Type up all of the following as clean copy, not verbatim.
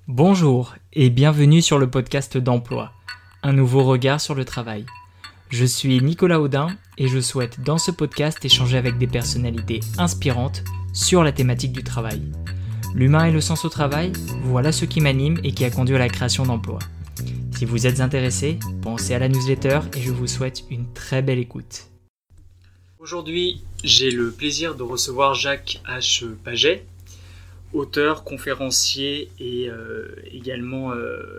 Bonjour et bienvenue sur le podcast d'Emploi, un nouveau regard sur le travail. Je suis Nicolas Audin et je souhaite dans ce podcast échanger avec des personnalités inspirantes sur la thématique du travail. L'humain et le sens au travail, voilà ce qui m'anime et qui a conduit à la création d'Emploi. Si vous êtes intéressé, pensez à la newsletter et je vous souhaite une très belle écoute. Aujourd'hui, j'ai le plaisir de recevoir Jacques H. Paget, auteur, conférencier et également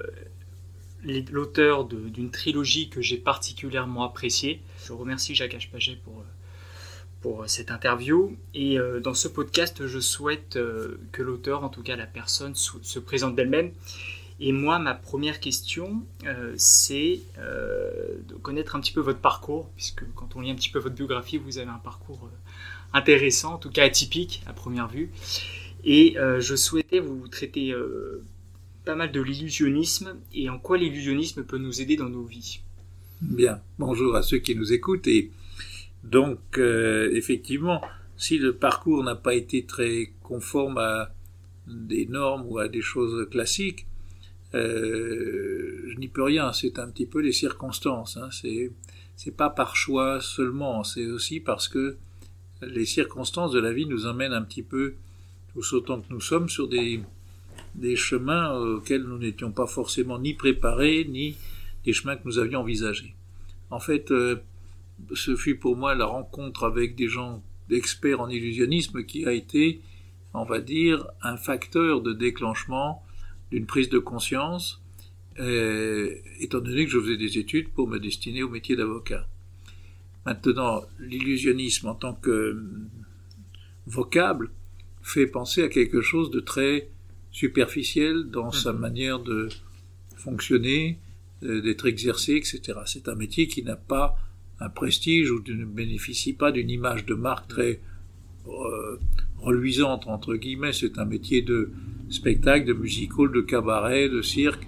l'auteur d'une trilogie que j'ai particulièrement appréciée. Je remercie Jacques H. Paget pour cette interview. Et dans ce podcast, je souhaite que l'auteur, en tout cas la personne, se présente d'elle-même. Et moi, ma première question, c'est de connaître un petit peu votre parcours, puisque quand on lit un petit peu votre biographie, vous avez un parcours intéressant, en tout cas atypique à première vue. Et je souhaitais vous traiter pas mal de l'illusionnisme et en quoi l'illusionnisme peut nous aider dans nos vies. Bien, bonjour à ceux qui nous écoutent. Et donc, effectivement, si le parcours n'a pas été très conforme à des normes ou à des choses classiques, je n'y peux rien, c'est un petit peu les circonstances, hein. C'est pas par choix seulement, c'est aussi parce que les circonstances de la vie nous emmènent un petit peu, tous autant que nous sommes, sur des chemins auxquels nous n'étions pas forcément ni préparés, ni des chemins que nous avions envisagés. En fait, ce fut pour moi la rencontre avec des gens experts en illusionnisme qui a été, on va dire, un facteur de déclenchement d'une prise de conscience, étant donné que je faisais des études pour me destiner au métier d'avocat. Maintenant, l'illusionnisme en tant que vocable fait penser à quelque chose de très superficiel dans sa manière de fonctionner, d'être exercé, etc. C'est un métier qui n'a pas un prestige ou ne bénéficie pas d'une image de marque très reluisante, entre guillemets. C'est un métier de spectacle, de musical, de cabaret, de cirque.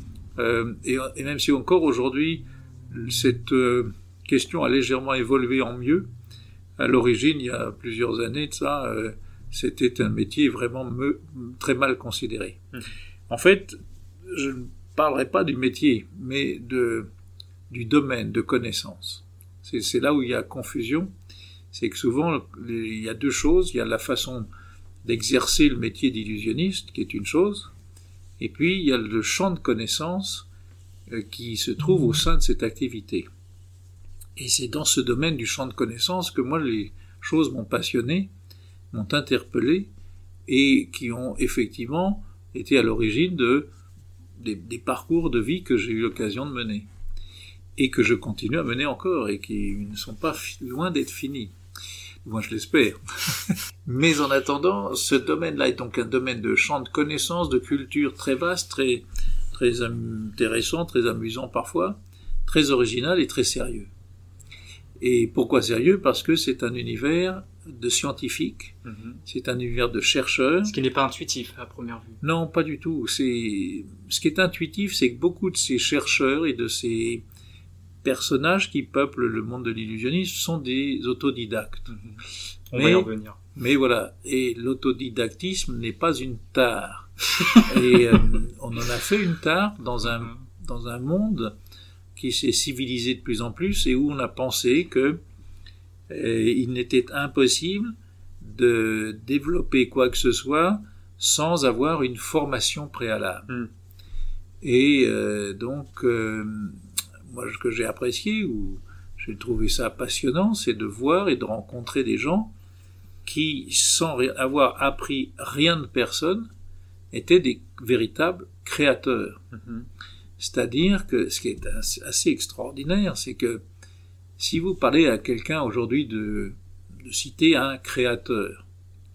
Et même si encore aujourd'hui, cette question a légèrement évolué en mieux, à l'origine, il y a plusieurs années de ça, c'était un métier vraiment très mal considéré. En fait, je ne parlerai pas du métier, mais du domaine de connaissance. C'est là où il y a confusion. C'est que souvent, il y a deux choses. Il y a la façon d'exercer le métier d'illusionniste, qui est une chose, et puis il y a le champ de connaissances qui se trouve au sein de cette activité. Et c'est dans ce domaine du champ de connaissances que moi, les choses m'ont passionné, m'ont interpellé, et qui ont effectivement été à l'origine des parcours de vie que j'ai eu l'occasion de mener, et que je continue à mener encore, et qui ne sont pas loin d'être finis. Moi, je l'espère. Mais en attendant, ce domaine-là est donc un domaine de champ de connaissances, de culture très vaste, très, très intéressant, très amusant parfois, très original et très sérieux. Et pourquoi sérieux ? Parce que c'est un univers de scientifiques, c'est un univers de chercheurs. Ce qui n'est pas intuitif à première vue. Non, pas du tout. Ce qui est intuitif, c'est que beaucoup de ces chercheurs et de ces personnages qui peuplent le monde de l'illusionnisme sont des autodidactes. On va y revenir. Mais voilà, et l'autodidactisme n'est pas une tare. Et on en a fait une tare dans un monde qui s'est civilisé de plus en plus et où on a pensé que il n'était impossible de développer quoi que ce soit sans avoir une formation préalable. Et donc moi, ce que j'ai apprécié, ou j'ai trouvé ça passionnant, c'est de voir et de rencontrer des gens qui, sans avoir appris rien de personne, étaient des véritables créateurs. C'est-à-dire que ce qui est assez extraordinaire, c'est que si vous parlez à quelqu'un aujourd'hui de citer un créateur,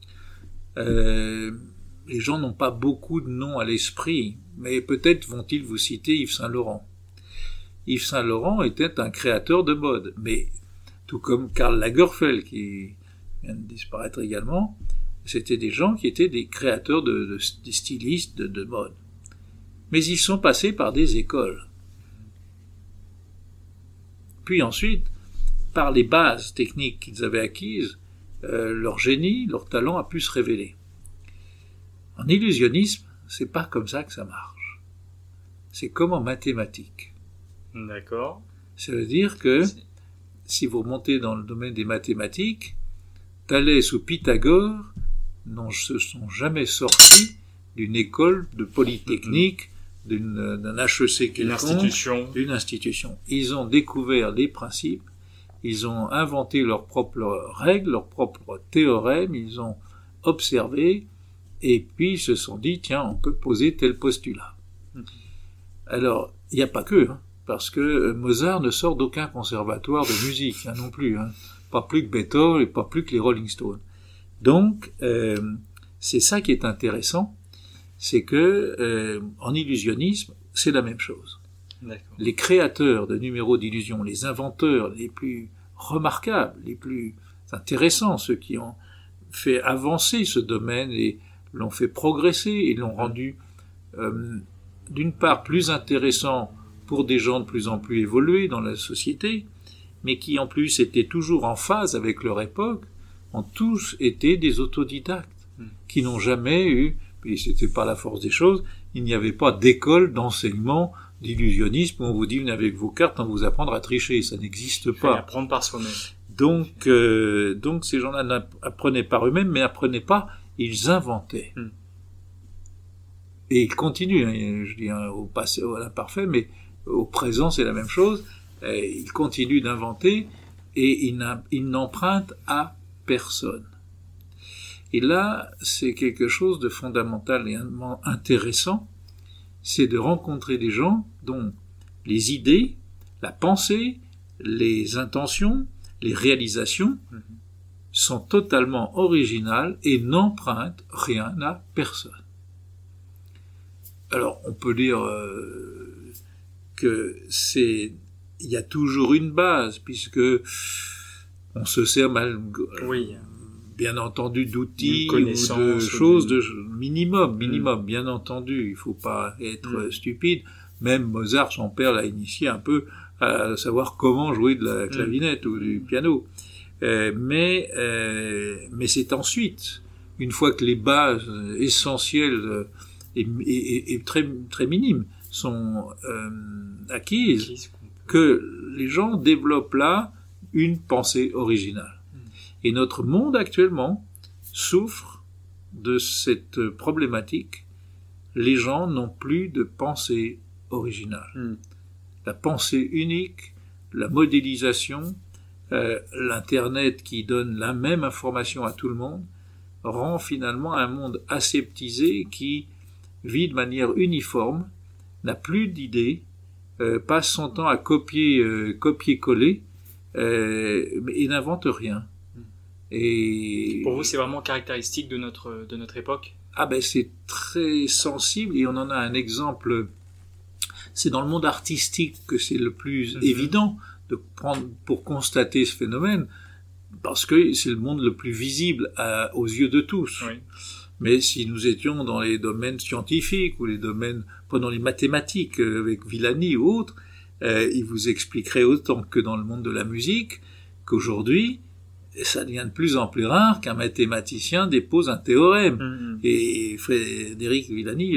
les gens n'ont pas beaucoup de noms à l'esprit, mais peut-être vont-ils vous citer Yves Saint-Laurent. Yves Saint-Laurent était un créateur de mode, mais tout comme Karl Lagerfeld, qui vient de disparaître également, c'était des gens qui étaient des créateurs des stylistes de mode. Mais ils sont passés par des écoles. Puis ensuite, par les bases techniques qu'ils avaient acquises, leur génie, leur talent a pu se révéler. En illusionnisme, c'est pas comme ça que ça marche. C'est comme en mathématiques. D'accord. Ça veut dire que si vous remontez dans le domaine des mathématiques, Thalès ou Pythagore ne se sont jamais sortis d'une école de polytechnique, d'un HEC quelconque, d'une institution. Ils ont découvert les principes, ils ont inventé leurs propres règles, leurs propres théorèmes, ils ont observé, et puis ils se sont dit, tiens, on peut poser tel postulat. Alors, il n'y a pas que, parce que Mozart ne sort d'aucun conservatoire de musique, non plus, pas plus que Beethoven et pas plus que les Rolling Stones. Donc, c'est ça qui est intéressant, c'est que en illusionnisme, c'est la même chose. D'accord. Les créateurs de numéros d'illusion, les inventeurs les plus remarquables, les plus intéressants, ceux qui ont fait avancer ce domaine et l'ont fait progresser et l'ont rendu d'une part plus intéressant pour des gens de plus en plus évolués dans la société, mais qui en plus étaient toujours en phase avec leur époque, ont tous été des autodidactes, qui n'ont jamais eu, et c'était pas la force des choses, il n'y avait pas d'école d'enseignement d'illusionnisme où on vous dit venez avec vos cartes, on vous apprendre à tricher, ça n'existe pas. Apprendre par soi-même. Donc ces gens-là n'apprenaient par eux-mêmes, mais n'apprenaient pas, ils inventaient. Et ils continuent, je dis au passé, à l'imparfait, mais au présent c'est la même chose, ils continuent d'inventer et ils n'empruntent à personne. Et là, c'est quelque chose de fondamental et intéressant, c'est de rencontrer des gens dont les idées, la pensée, les intentions, les réalisations sont totalement originales et n'empruntent rien à personne. Alors, on peut dire que il y a toujours une base, puisque on se sert bien entendu d'outils ou de choses de minimum, bien entendu, il faut pas être stupide. Même Mozart, son père, l'a initié un peu à savoir comment jouer de la clavinette ou du piano. Mais c'est ensuite, une fois que les bases essentielles et très, très minimes sont acquises, que les gens développent là une pensée originale. Et notre monde actuellement souffre de cette problématique. Les gens n'ont plus de pensée originale. La pensée unique, la modélisation, l'Internet qui donne la même information à tout le monde, rend finalement un monde aseptisé qui vit de manière uniforme, n'a plus d'idées, passe son temps à copier-coller et n'invente rien. Et pour vous, c'est vraiment caractéristique de notre époque? Ah ben c'est très sensible et on en a un exemple. C'est dans le monde artistique que c'est le plus évident de prendre pour constater ce phénomène, parce que c'est le monde le plus visible aux yeux de tous. Oui. Mais si nous étions dans les domaines scientifiques ou les domaines, prenons les mathématiques avec Villani ou autres, il vous expliquerait autant que dans le monde de la musique qu'aujourd'hui, ça devient de plus en plus rare qu'un mathématicien dépose un théorème. Et Cédric Villani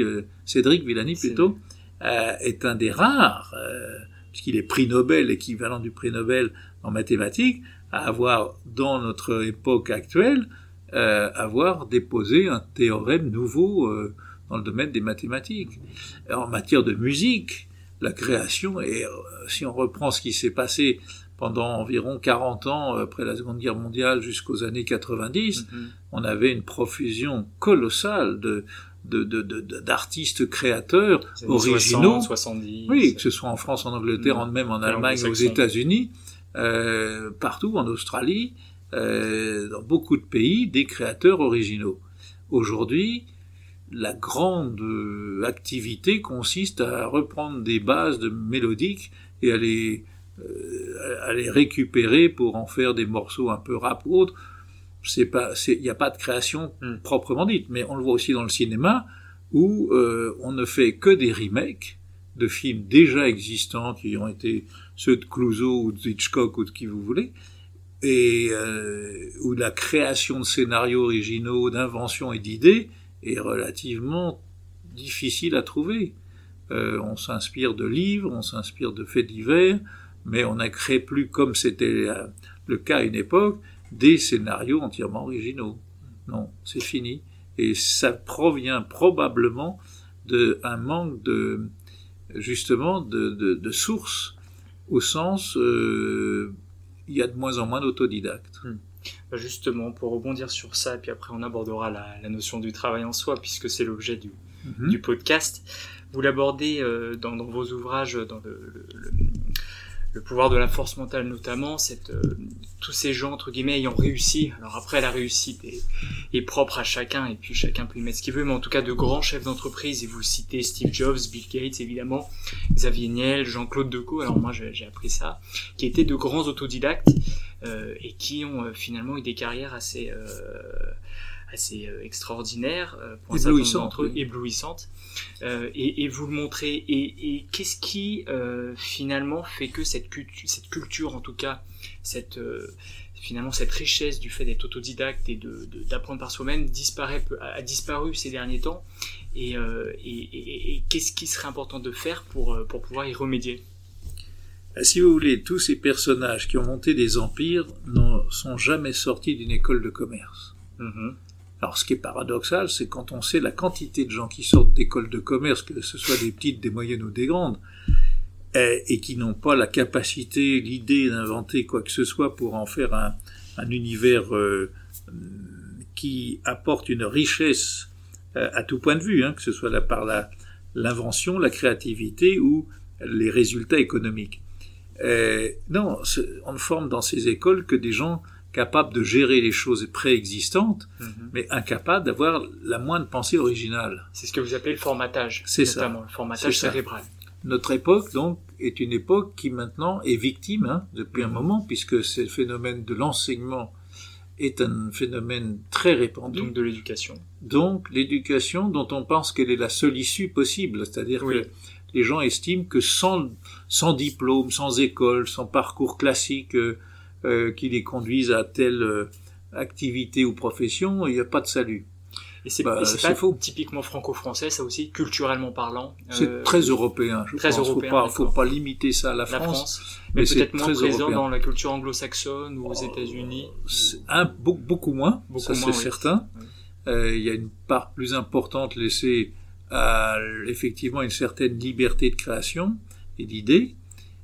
est un des rares, puisqu'il est prix Nobel, équivalent du prix Nobel en mathématiques, à avoir, dans notre époque actuelle, avoir déposé un théorème nouveau dans le domaine des mathématiques. En matière de musique, la création, et si on reprend ce qui s'est passé pendant environ 40 ans, après la Seconde Guerre mondiale jusqu'aux années 90, on avait une profusion colossale d'artistes créateurs originaux, 60, 70, oui, que ce soit en France, en Angleterre, même en Allemagne, aux États-Unis, partout, en Australie, dans beaucoup de pays, des créateurs originaux. Aujourd'hui, la grande activité consiste à reprendre des bases mélodiques et à les récupérer pour en faire des morceaux un peu rap ou autres. Il n'y a pas de création proprement dite, mais on le voit aussi dans le cinéma où on ne fait que des remakes de films déjà existants qui ont été ceux de Clouzot ou de Hitchcock ou de qui vous voulez, et où la création de scénarios originaux, d'inventions et d'idées est relativement difficile à trouver. On s'inspire de livres, on s'inspire de faits divers, mais on ne crée plus, comme c'était le cas à une époque, des scénarios entièrement originaux. Non, c'est fini. Et ça provient probablement d'un manque de sources, au sens il y a de moins en moins d'autodidactes. Justement, pour rebondir sur ça, et puis après on abordera la notion du travail en soi, puisque c'est l'objet du podcast. Vous l'abordez dans vos ouvrages, dans le pouvoir de la force mentale notamment, tous ces gens entre guillemets ayant réussi. Alors après, la réussite est propre à chacun, et puis chacun peut y mettre ce qu'il veut, mais en tout cas de grands chefs d'entreprise, et vous citez Steve Jobs, Bill Gates évidemment, Xavier Niel, Jean-Claude Decaux, alors moi j'ai appris ça, qui étaient de grands autodidactes et qui ont finalement eu des carrières assez extraordinaires, pour un certain nombre d'entre eux, éblouissantes. Et vous le montrez, et qu'est-ce qui finalement fait que cette culture, en tout cas finalement cette richesse du fait d'être autodidacte et d'apprendre par soi-même a disparu ces derniers temps, et qu'est-ce qui serait important de faire pour pouvoir y remédier? Si vous voulez, tous ces personnages qui ont monté des empires ne sont jamais sortis d'une école de commerce. Alors, ce qui est paradoxal, c'est quand on sait la quantité de gens qui sortent d'écoles de commerce, que ce soit des petites, des moyennes ou des grandes, et qui n'ont pas la capacité, l'idée d'inventer quoi que ce soit pour en faire un univers qui apporte une richesse à tout point de vue, que ce soit par l'invention, la créativité ou les résultats économiques. Non, on ne forme dans ces écoles que des gens capables de gérer les choses préexistantes, mais incapables d'avoir la moindre pensée originale. C'est ce que vous appelez le formatage, c'est notamment ça. Le formatage cérébral. Notre époque, donc, est une époque qui maintenant est victime, depuis un moment, puisque ce phénomène de l'enseignement est un phénomène très répandu. Donc de l'éducation. Donc l'éducation dont on pense qu'elle est la seule issue possible, c'est-à-dire que les gens estiment que sans diplôme, sans école, sans parcours classique qui les conduisent à telle activité ou profession, il n'y a pas de salut. Et c'est pas faux. Typiquement franco-français, ça aussi, culturellement parlant. C'est très européen, je pense. Européen, faut pas limiter ça à la France. Mais peut-être moins présent dans la culture anglo-saxonne ou aux États-Unis. Beaucoup moins, ça c'est certain. Il y a une part plus importante laissée à effectivement une certaine liberté de création et d'idées,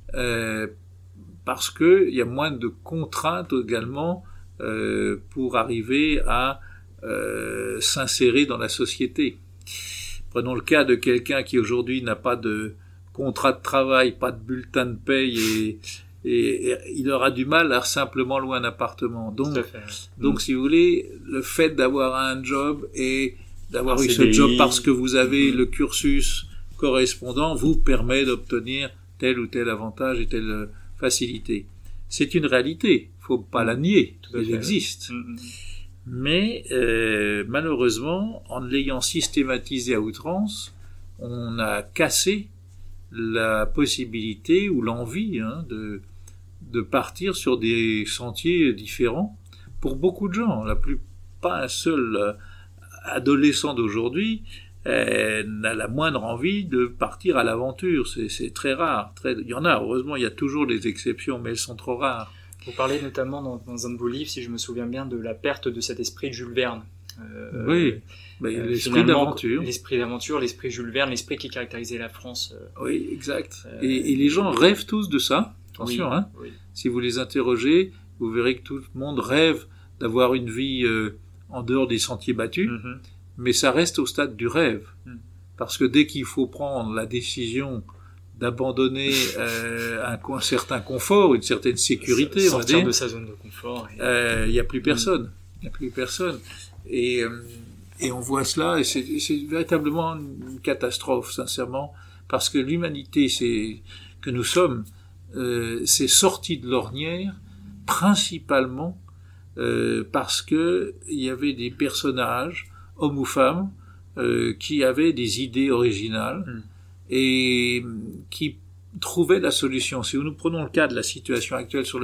parce que il y a moins de contraintes également pour arriver à s'insérer dans la société. Prenons le cas de quelqu'un qui aujourd'hui n'a pas de contrat de travail, pas de bulletin de paye, et il aura du mal à simplement louer un appartement. Donc si vous voulez, le fait d'avoir un job et d'avoir eu ce job parce que vous avez le cursus correspondant vous permet d'obtenir tel ou tel avantage et telle facilité. C'est une réalité, faut pas la nier, elle existe. Mais malheureusement, en l'ayant systématisé à outrance, on a cassé la possibilité ou l'envie de partir sur des sentiers différents pour beaucoup de gens. Pas un seul adolescent d'aujourd'hui n'a la moindre envie de partir à l'aventure. C'est très rare. Il y en a, heureusement, il y a toujours des exceptions, mais elles sont trop rares. Vous parlez notamment dans un de vos livres, si je me souviens bien, de la perte de cet esprit de Jules Verne. L'esprit d'aventure. L'esprit d'aventure, l'esprit Jules Verne, l'esprit qui caractérisait la France. Oui, exact. Et les gens rêvent tous de ça. Attention, oui. Si vous les interrogez, vous verrez que tout le monde rêve d'avoir une vie en dehors des sentiers battus, mais ça reste au stade du rêve. Parce que dès qu'il faut prendre la décision d'abandonner un certain confort, une certaine sécurité, sortir de sa zone de confort. Il n'y a plus personne. Il n'y a plus personne. Et on voit cela, et c'est véritablement une catastrophe, sincèrement, parce que l'humanité, que nous sommes, c'est sorti de l'ornière, principalement parce que il y avait des personnages, hommes ou femmes, qui avaient des idées originales et qui trouvaient la solution. Si nous prenons le cas de la situation actuelle sur le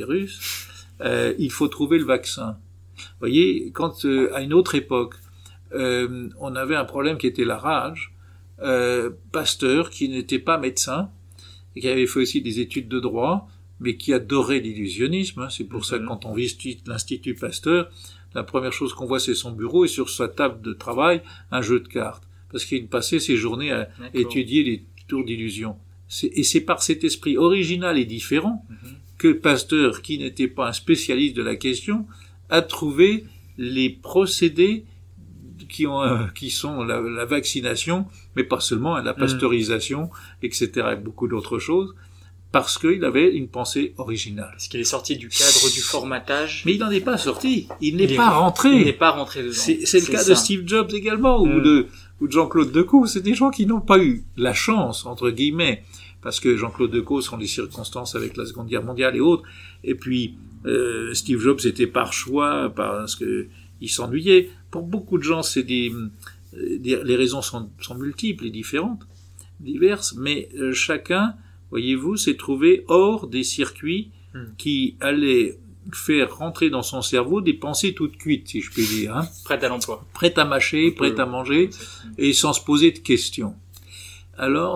coronavirus, il faut trouver le vaccin. Vous voyez, quand à une autre époque, on avait un problème qui était la rage. Pasteur, qui n'était pas médecin, et qui avait fait aussi des études de droit, mais qui adorait l'illusionnisme, hein. C'est pour ça que quand on visite l'Institut Pasteur, la première chose qu'on voit, c'est son bureau, et sur sa table de travail, un jeu de cartes. Parce qu'il passait ses journées à étudier les tours d'illusion. Et c'est par cet esprit original et différent que Pasteur, qui n'était pas un spécialiste de la question, a trouvé les procédés qui sont la vaccination, mais pas seulement, la pasteurisation, etc., et beaucoup d'autres choses, parce qu'il avait une pensée originale. Parce qu'il est sorti du cadre du formatage. Mais il n'en est pas sorti. Il n'est pas rentré. Il n'est pas rentré dedans. C'est le cas de Steve Jobs également, ou de Jean-Claude Decaux. C'est des gens qui n'ont pas eu la chance, entre guillemets, parce que Jean-Claude Decaux sont les circonstances avec la Seconde Guerre mondiale et autres. Et puis, Steve Jobs était par choix, parce que il s'ennuyait. Pour beaucoup de gens, les raisons sont multiples et diverses, mais chacun, voyez-vous, s'est trouvé hors des circuits qui allaient faire rentrer dans son cerveau des pensées toutes cuites, si je puis dire. Hein. Prêtes à l'emploi. Prêtes à mâcher, prêtes à manger, et sans se poser de questions. Alors,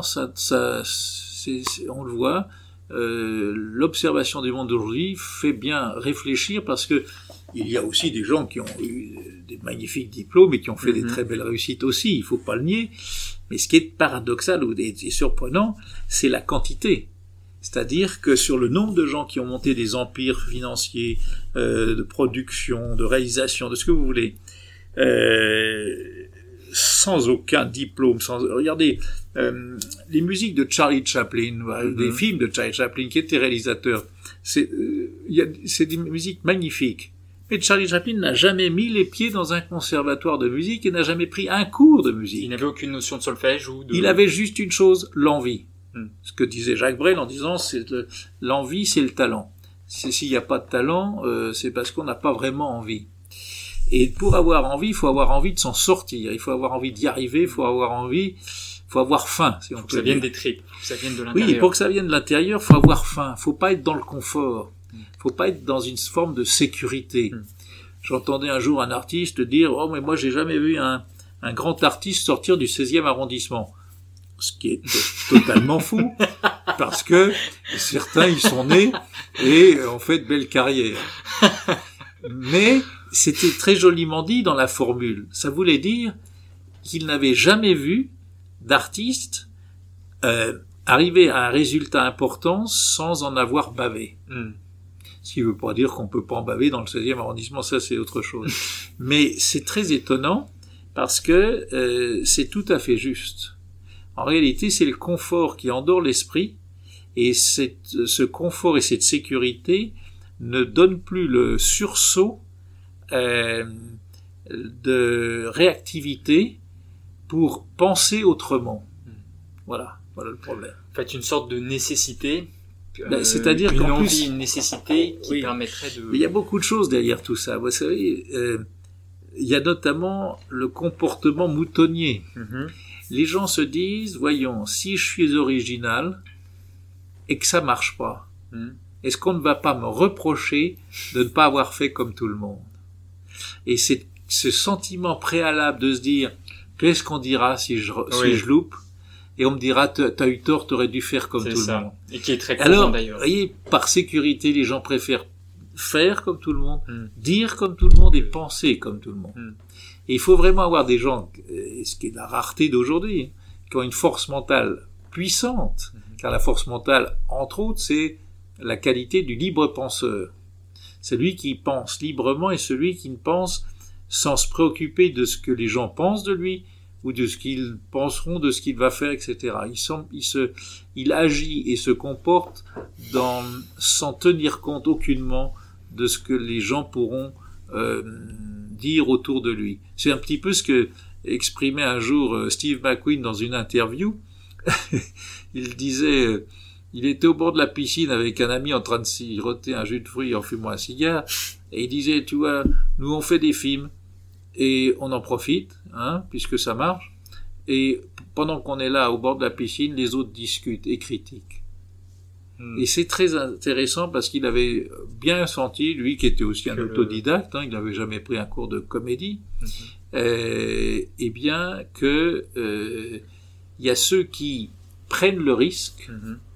on le voit, l'observation du monde d'aujourd'hui fait bien réfléchir, parce que il y a aussi des gens qui ont eu des magnifiques diplômes et qui ont fait des très belles réussites aussi, il faut pas le nier. Mais ce qui est paradoxal et surprenant, c'est la quantité. C'est-à-dire que sur le nombre de gens qui ont monté des empires financiers, de production, de réalisation, de ce que vous voulez, sans aucun diplôme, regardez, les musiques de Charlie Chaplin, des films de Charlie Chaplin qui étaient réalisateurs, c'est des musiques magnifiques. Mais Charlie Chaplin n'a jamais mis les pieds dans un conservatoire de musique et n'a jamais pris un cours de musique. Il n'avait aucune notion de solfège Il avait juste une chose, l'envie. Ce que disait Jacques Brel en disant, l'envie, c'est le talent. S'il n'y a pas de talent, c'est parce qu'on n'a pas vraiment envie. Et pour avoir envie, il faut avoir envie de s'en sortir. Il faut avoir envie d'y arriver, il faut avoir faim. Si on peut ça vienne des tripes, ça vienne de l'intérieur. Oui, pour que ça vienne de l'intérieur, il faut avoir faim. Il ne faut pas être dans le confort. Il faut pas être dans une forme de sécurité. J'entendais un jour un artiste dire « Oh, mais moi, j'ai jamais vu un grand artiste sortir du 16e arrondissement. » Ce qui est totalement fou, parce que certains y sont nés et ont fait de belles carrières. Mais c'était très joliment dit dans la formule. Ça voulait dire qu'il n'avait jamais vu d'artiste arriver à un résultat important sans en avoir bavé. Ce qui ne veut pas dire qu'on peut pas en baver dans le 16e arrondissement, ça c'est autre chose. Mais c'est très étonnant parce que c'est tout à fait juste. En réalité, c'est le confort qui endort l'esprit, et ce confort et cette sécurité ne donnent plus le sursaut de réactivité pour penser autrement. Voilà le problème. En fait, une sorte de nécessité. C'est-à-dire une qu'en envie, plus, une nécessité qui permettrait de... Mais il y a beaucoup de choses derrière tout ça. Vous savez, il y a notamment le comportement moutonnier. Les gens se disent, voyons, si je suis original et que ça marche pas, est-ce qu'on ne va pas me reprocher de ne pas avoir fait comme tout le monde? Et c'est ce sentiment préalable de se dire, qu'est-ce qu'on dira si je loupe? Et on me dira, t'as eu tort, t'aurais dû faire comme tout le monde. Et qui est très courant d'ailleurs. Alors, vous voyez, par sécurité, les gens préfèrent faire comme tout le monde, dire comme tout le monde et penser comme tout le monde. Et il faut vraiment avoir des gens, ce qui est la rareté d'aujourd'hui, qui ont une force mentale puissante, car la force mentale, entre autres, c'est la qualité du libre penseur. Celui qui pense librement et celui qui ne pense sans se préoccuper de ce que les gens pensent de lui, ou de ce qu'ils penseront de ce qu'il va faire, etc. Il agit et se comporte sans tenir compte aucunement de ce que les gens pourront dire autour de lui. C'est un petit peu ce que exprimait un jour Steve McQueen dans une interview. Il disait, il était au bord de la piscine avec un ami en train de siroter un jus de fruits en fumant un cigare, et il disait, tu vois, nous on fait des films, et on en profite, puisque ça marche, et pendant qu'on est là au bord de la piscine, les autres discutent et critiquent. Et c'est très intéressant parce qu'il avait bien senti, lui qui était aussi un autodidacte, il n'avait jamais pris un cours de comédie, eh bien que il y a ceux qui prennent le risque,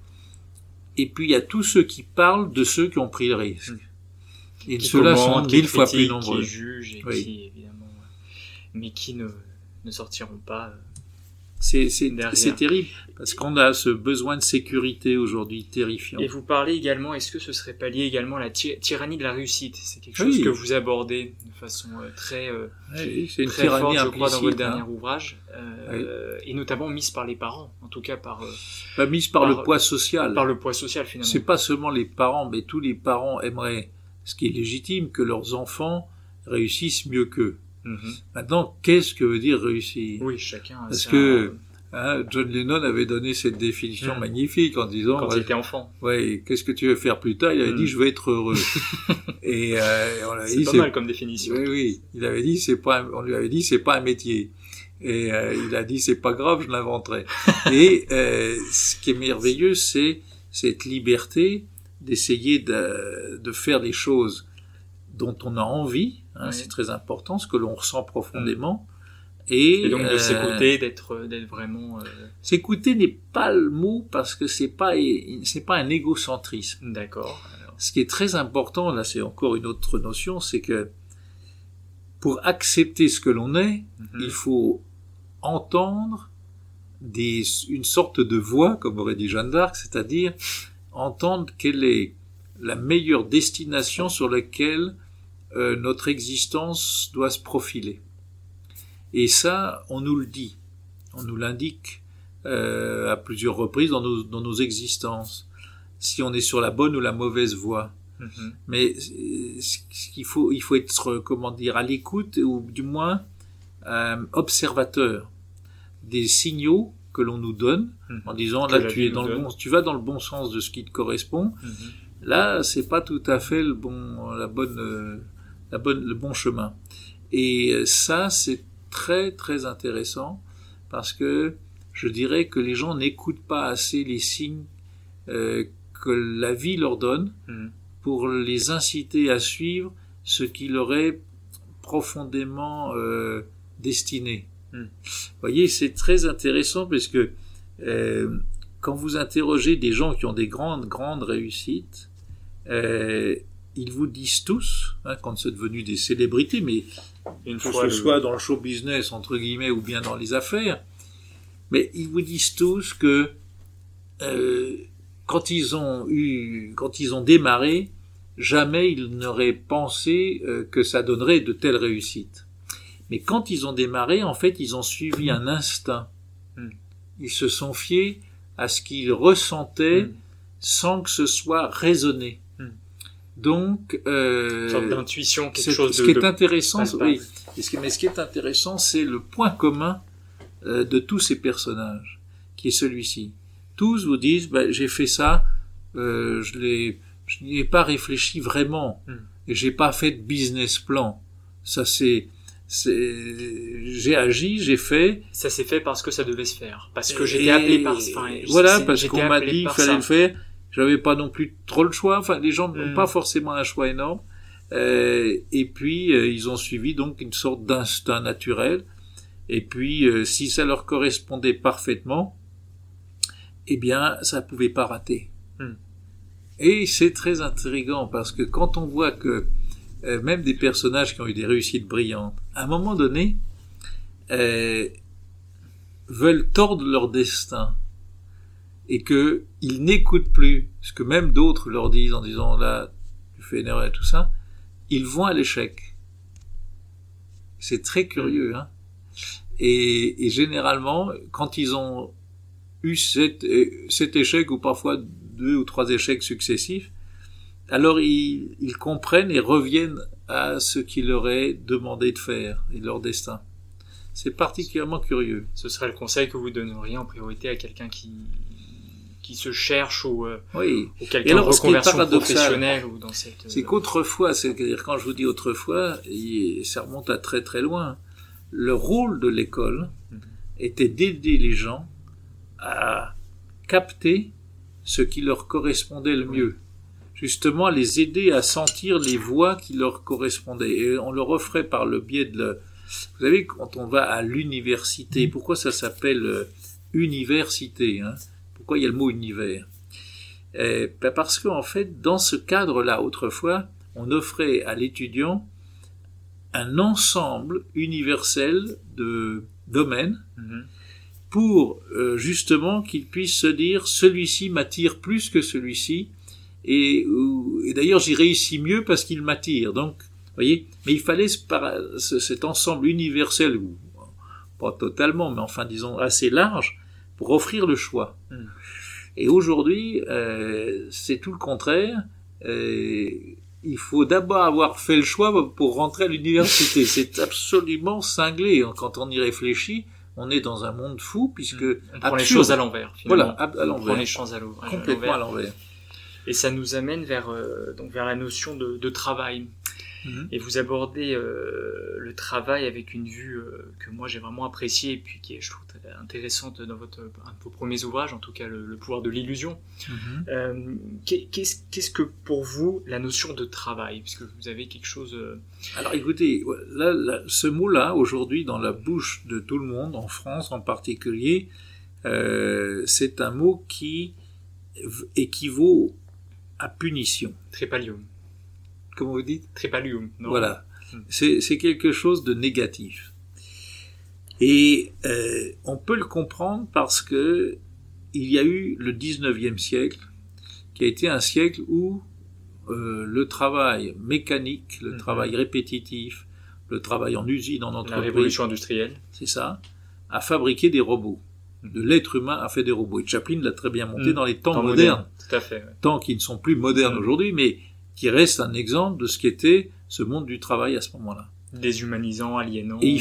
et puis il y a tous ceux qui parlent de ceux qui ont pris le risque. Et ceux-là sont 1000 fois plus nombreux. Qui jugent et qui, évidemment, mais qui ne sortiront pas. C'est terrible, parce qu'on a ce besoin de sécurité aujourd'hui terrifiant. Et vous parlez également, est-ce que ce serait pas lié également à la tyrannie de la réussite? C'est quelque chose que vous abordez de façon très c'est une très tyrannie forte, je crois, dans votre dernier hein. ouvrage, et notamment mise par les parents, en tout cas mise par le poids social. Par le poids social, finalement. C'est pas seulement les parents, mais tous les parents aimeraient, ce qui est légitime, que leurs enfants réussissent mieux qu'eux. Maintenant, qu'est-ce que veut dire réussir? Oui, chacun a Parce que John Lennon avait donné cette définition magnifique en disant... Quand il était enfant. Ouais, qu'est-ce que tu veux faire plus tard? Il avait dit, je veux être heureux. Et on lui a dit, pas mal comme définition. Oui, il avait dit, on lui avait dit, c'est pas un métier. Et il a dit, c'est pas grave, je l'inventerai. Et ce qui est merveilleux, c'est cette liberté d'essayer de faire des choses dont on a envie, c'est très important, ce que l'on ressent profondément. Et donc de s'écouter, d'être vraiment... S'écouter n'est pas le mot, parce que c'est pas un égocentrisme. D'accord. Ce qui est très important, là c'est encore une autre notion, c'est que pour accepter ce que l'on est, il faut entendre une sorte de voix, comme aurait dit Jeanne d'Arc, c'est-à-dire entendre quelle est la meilleure destination sur laquelle notre existence doit se profiler. Et ça, on nous le dit, on nous l'indique à plusieurs reprises dans nos existences, si on est sur la bonne ou la mauvaise voie. Mais il faut être, à l'écoute, ou du moins observateur des signaux que l'on nous donne, en disant là tu vas dans le bon sens de ce qui te correspond. Là, c'est pas tout à fait le bon chemin. Et ça, c'est très très intéressant, parce que je dirais que les gens n'écoutent pas assez les signes que la vie leur donne pour les inciter à suivre ce qui leur est profondément destiné. Vous voyez, c'est très intéressant, parce que quand vous interrogez des gens qui ont des grandes réussites, ils vous disent tous, quand c'est devenu des célébrités, mais que ce soit dans le show business, entre guillemets, ou bien dans les affaires, mais ils vous disent tous que quand ils ont démarré, jamais ils n'auraient pensé que ça donnerait de telles réussites. Mais quand ils ont démarré, en fait, ils ont suivi un instinct. Ils se sont fiés à ce qu'ils ressentaient sans que ce soit raisonné. Donc, une sorte d'intuition, quelque chose ce qui est intéressant, oui. Mais ce qui est intéressant, c'est le point commun de tous ces personnages, qui est celui-ci. Tous vous disent, j'ai fait ça, je n'y ai pas réfléchi vraiment, et j'ai pas fait de business plan. Ça j'ai agi, j'ai fait. Ça s'est fait parce que ça devait se faire, parce que j'étais appelé par. Parce qu'on m'a dit qu'il fallait le faire. J'avais pas non plus trop le choix. Enfin, les gens n'ont pas forcément un choix énorme. Et puis ils ont suivi donc une sorte d'instinct naturel. Et puis si ça leur correspondait parfaitement, eh bien ça pouvait pas rater. Et c'est très intriguant, parce que quand on voit que même des personnages qui ont eu des réussites brillantes, à un moment donné, veulent tordre leur destin, et que ils n'écoutent plus ce que même d'autres leur disent, en disant là tu fais une erreur et tout ça, ils vont à l'échec. C'est très curieux, et généralement quand ils ont eu cet échec, ou parfois 2 ou 3 échecs successifs, alors ils comprennent et reviennent à ce qu'il leur est demandé de faire, et leur destin. C'est particulièrement curieux. Ce serait le conseil que vous donneriez en priorité à quelqu'un qui se cherche, ou quelqu'un de reconversion professionnelle, ou dans cette... C'est qu'autrefois, c'est-à-dire quand je vous dis autrefois, ça remonte à très très loin, le rôle de l'école était d'aider les gens à capter ce qui leur correspondait le mieux. Justement, les aider à sentir les voies qui leur correspondaient. Et on leur offrait, par le biais de Vous savez, quand on va à l'université, pourquoi ça s'appelle université, hein? Pourquoi il y a le mot univers? Parce qu'en fait, dans ce cadre-là, autrefois, on offrait à l'étudiant un ensemble universel de domaines pour justement qu'il puisse se dire celui-ci m'attire plus que celui-ci et d'ailleurs j'y réussis mieux parce qu'il m'attire. Donc, vous voyez, mais il fallait cet ensemble universel, ou pas totalement, mais enfin disons assez large, pour offrir le choix. Et aujourd'hui, c'est tout le contraire. Il faut d'abord avoir fait le choix pour rentrer à l'université. C'est absolument cinglé. Quand on y réfléchit, on est dans un monde fou, puisque... On prend les choses à l'envers, finalement. Voilà, à l'envers. On prend les choses à l'envers. Complètement à l'envers. Et ça nous amène vers la notion de travail. Et vous abordez le travail avec une vue que moi j'ai vraiment appréciée et puis qui est, je trouve, intéressante dans un de vos premiers ouvrages, en tout cas le pouvoir de l'illusion. Qu'est-ce que pour vous la notion de travail, puisque vous avez quelque chose... Alors écoutez, ce mot-là, aujourd'hui, dans la bouche de tout le monde, en France en particulier, c'est un mot qui équivaut à punition. Trépalium. Comment vous dites? Trépalium. Non. Voilà. C'est quelque chose de négatif. Et on peut le comprendre parce que il y a eu le 19e siècle, qui a été un siècle où le travail mécanique, le travail répétitif, le travail en usine, en entreprise... La révolution industrielle. C'est ça, a fabriqué des robots. De l'être humain a fait des robots. Et Chaplin l'a très bien monté dans les temps modernes. Tout à fait. Ouais. Temps qui ne sont plus modernes aujourd'hui, mais qui reste un exemple de ce qu'était ce monde du travail à ce moment-là. Déshumanisant, aliénant. Et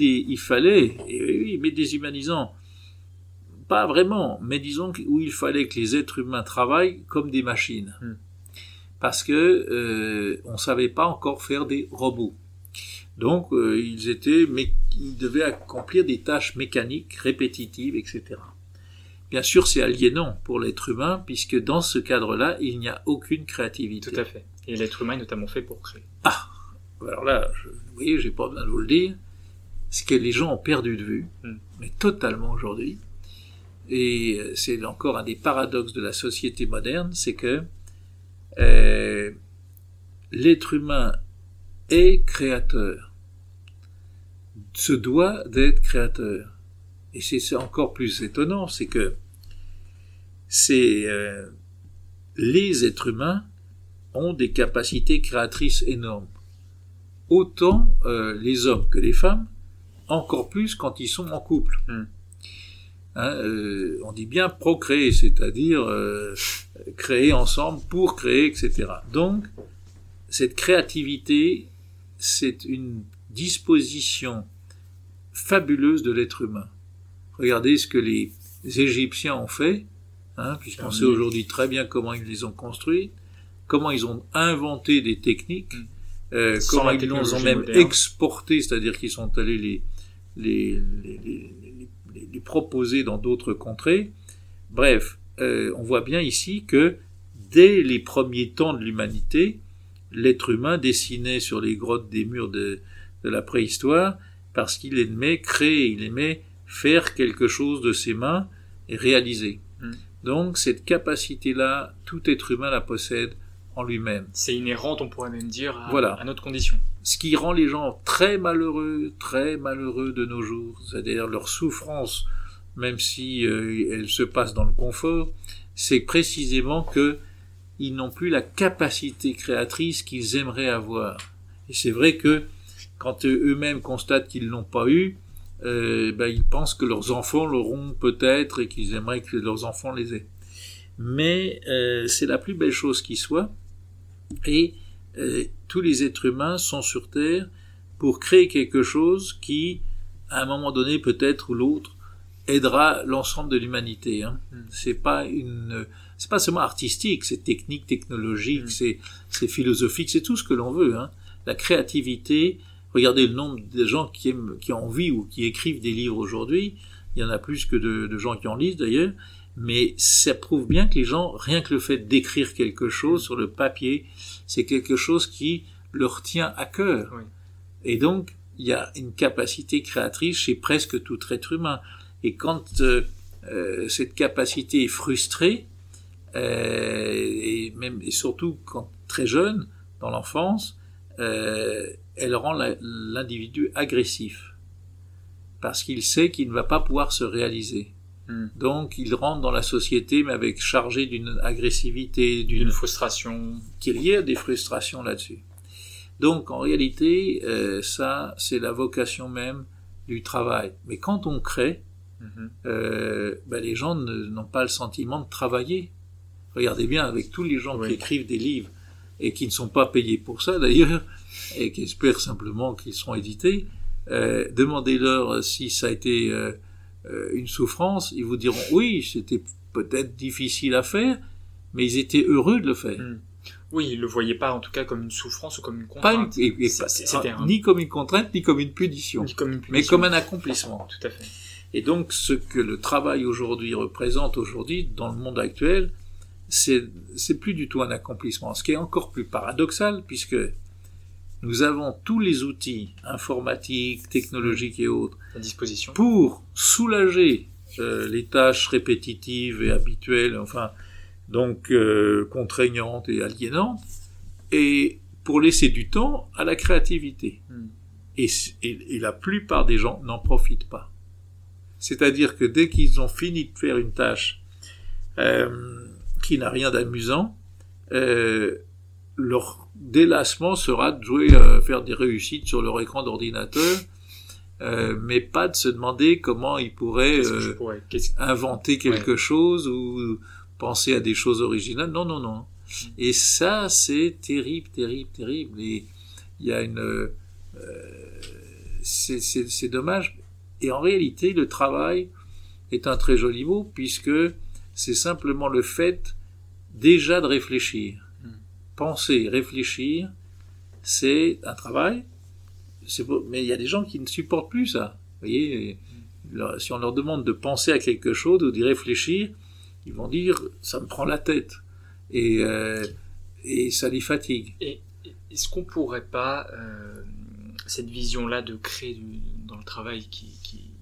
mais déshumanisant. Pas vraiment, mais disons où il fallait que les êtres humains travaillent comme des machines. Parce que on savait pas encore faire des robots. Donc ils devaient accomplir des tâches mécaniques, répétitives, etc. Bien sûr, c'est aliénant pour l'être humain, puisque dans ce cadre-là, il n'y a aucune créativité. Tout à fait. Et l'être humain est notamment fait pour créer. Ah, alors là, vous voyez, j'ai pas besoin de vous le dire, ce que les gens ont perdu de vue, mais totalement aujourd'hui, et c'est encore un des paradoxes de la société moderne, c'est que l'être humain est créateur, se doit d'être créateur. Et c'est encore plus étonnant, c'est que les êtres humains ont des capacités créatrices énormes. Autant les hommes que les femmes, encore plus quand ils sont en couple. On dit bien procréer, c'est-à-dire créer ensemble pour créer, etc. Donc, cette créativité, c'est une disposition fabuleuse de l'être humain. Regardez ce que les Égyptiens ont fait, puisqu'on sait aujourd'hui très bien comment ils les ont construits, comment ils ont inventé des techniques, comment ils les ont même exportés, c'est-à-dire qu'ils sont allés les proposer dans d'autres contrées. Bref, on voit bien ici que dès les premiers temps de l'humanité, l'être humain dessinait sur les grottes des murs de la préhistoire parce qu'il aimait créer, il aimait faire quelque chose de ses mains et réaliser. Donc cette capacité-là, tout être humain la possède en lui-même. C'est inhérente, on pourrait même dire, à notre condition. Ce qui rend les gens très malheureux de nos jours, c'est-à-dire leur souffrance, même si elle se passe dans le confort, c'est précisément que ils n'ont plus la capacité créatrice qu'ils aimeraient avoir. Et c'est vrai que quand eux-mêmes constatent qu'ils l'ont pas eu, ils pensent que leurs enfants l'auront peut-être et qu'ils aimeraient que leurs enfants les aient. Mais c'est la plus belle chose qui soit. Et tous les êtres humains sont sur Terre pour créer quelque chose qui, à un moment donné, peut-être ou l'autre, aidera l'ensemble de l'humanité. C'est pas seulement artistique, c'est technique, technologique, c'est philosophique, c'est tout ce que l'on veut. La créativité. Regardez le nombre de gens qui ont envie ou qui écrivent des livres aujourd'hui. Il y en a plus que de gens qui en lisent d'ailleurs. Mais ça prouve bien que les gens, rien que le fait d'écrire quelque chose sur le papier, c'est quelque chose qui leur tient à cœur. Oui. Et donc, il y a une capacité créatrice chez presque tout être humain. Et quand cette capacité est frustrée, et surtout quand très jeune, dans l'enfance, elle rend l'individu agressif. Parce qu'il sait qu'il ne va pas pouvoir se réaliser. Donc il rentre dans la société, mais avec chargé d'une agressivité, d'une frustration. Qu'il y ait des frustrations là-dessus. Donc en réalité, ça, c'est la vocation même du travail. Mais quand on crée, les gens n'ont pas le sentiment de travailler. Regardez bien, avec tous les gens qui écrivent des livres, et qui ne sont pas payés pour ça d'ailleurs, et qui espèrent simplement qu'ils seront édités, demandez-leur si ça a été une souffrance, ils vous diront oui, c'était peut-être difficile à faire, mais ils étaient heureux de le faire. Oui, ils le voyaient pas en tout cas comme une souffrance ou comme une contrainte. Ni comme une contrainte, ni comme une punition, mais comme un accomplissement. Tout à fait. Et donc, ce que le travail aujourd'hui représente dans le monde actuel, c'est plus du tout un accomplissement. Ce qui est encore plus paradoxal, puisque nous avons tous les outils informatiques, technologiques et autres à disposition pour soulager les tâches répétitives et habituelles, donc contraignantes et aliénantes, et pour laisser du temps à la créativité. Et la plupart des gens n'en profitent pas. C'est-à-dire que dès qu'ils ont fini de faire une tâche qui n'a rien d'amusant, leur délassement sera de jouer à faire des réussites sur leur écran d'ordinateur, mais pas de se demander comment ils pourraient inventer quelque chose ou penser à des choses originales. Non. Et ça, c'est terrible. Et il y a c'est dommage. Et en réalité, le travail est un très joli mot, puisque c'est simplement le fait déjà de réfléchir. Penser, réfléchir, c'est un travail, mais il y a des gens qui ne supportent plus ça. Vous voyez, si on leur demande de penser à quelque chose ou d'y réfléchir, ils vont dire « ça me prend la tête » et ça les fatigue. Et est-ce qu'on pourrait pas, cette vision-là de créer dans le travail qui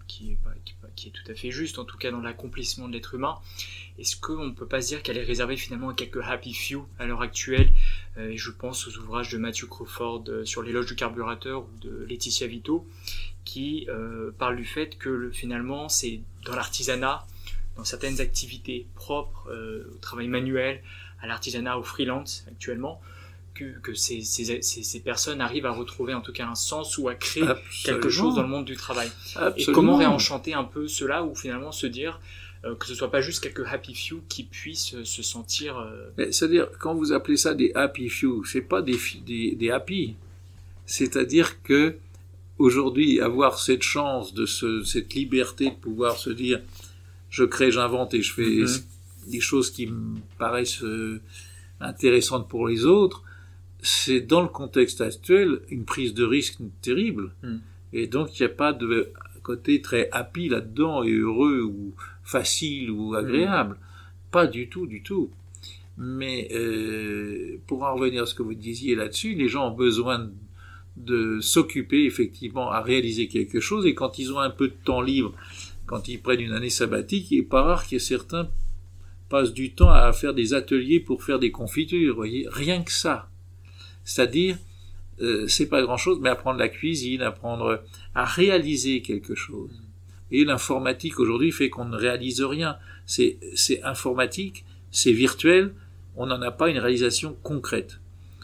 est tout à fait juste, en tout cas dans l'accomplissement de l'être humain, est-ce qu'on ne peut pas se dire qu'elle est réservée finalement à quelques happy few à l'heure actuelle, et je pense aux ouvrages de Matthew Crawford sur l'éloge du carburateur ou de Laetitia Vito, qui parlent du fait que finalement c'est dans l'artisanat, dans certaines activités propres au travail manuel, à l'artisanat, au freelance actuellement, que ces personnes arrivent à retrouver en tout cas un sens ou à créer quelque chose dans le monde du travail. Et comment réenchanter un peu cela, ou finalement se dire que ce soit pas juste quelques happy few qui puissent se sentir... C'est-à-dire, quand vous appelez ça des happy few, c'est pas des happy. C'est-à-dire que aujourd'hui, avoir cette chance, cette liberté de pouvoir se dire je crée, j'invente et je fais des choses qui me paraissent intéressantes pour les autres, c'est dans le contexte actuel une prise de risque terrible. Et donc il n'y a pas de côté très happy là-dedans et heureux ou facile ou agréable. Pas du tout. Mais pour en revenir à ce que vous disiez là-dessus, les gens ont besoin de s'occuper effectivement à réaliser quelque chose, et quand ils ont un peu de temps libre, quand ils prennent une année sabbatique, il n'est pas rare que certains passent du temps à faire des ateliers pour faire des confitures, vous voyez, rien que ça. C'est-à-dire, c'est pas grand-chose, mais apprendre la cuisine, apprendre à réaliser quelque chose. Et l'informatique aujourd'hui fait qu'on ne réalise rien. C'est informatique, c'est virtuel, on n'en a pas une réalisation concrète.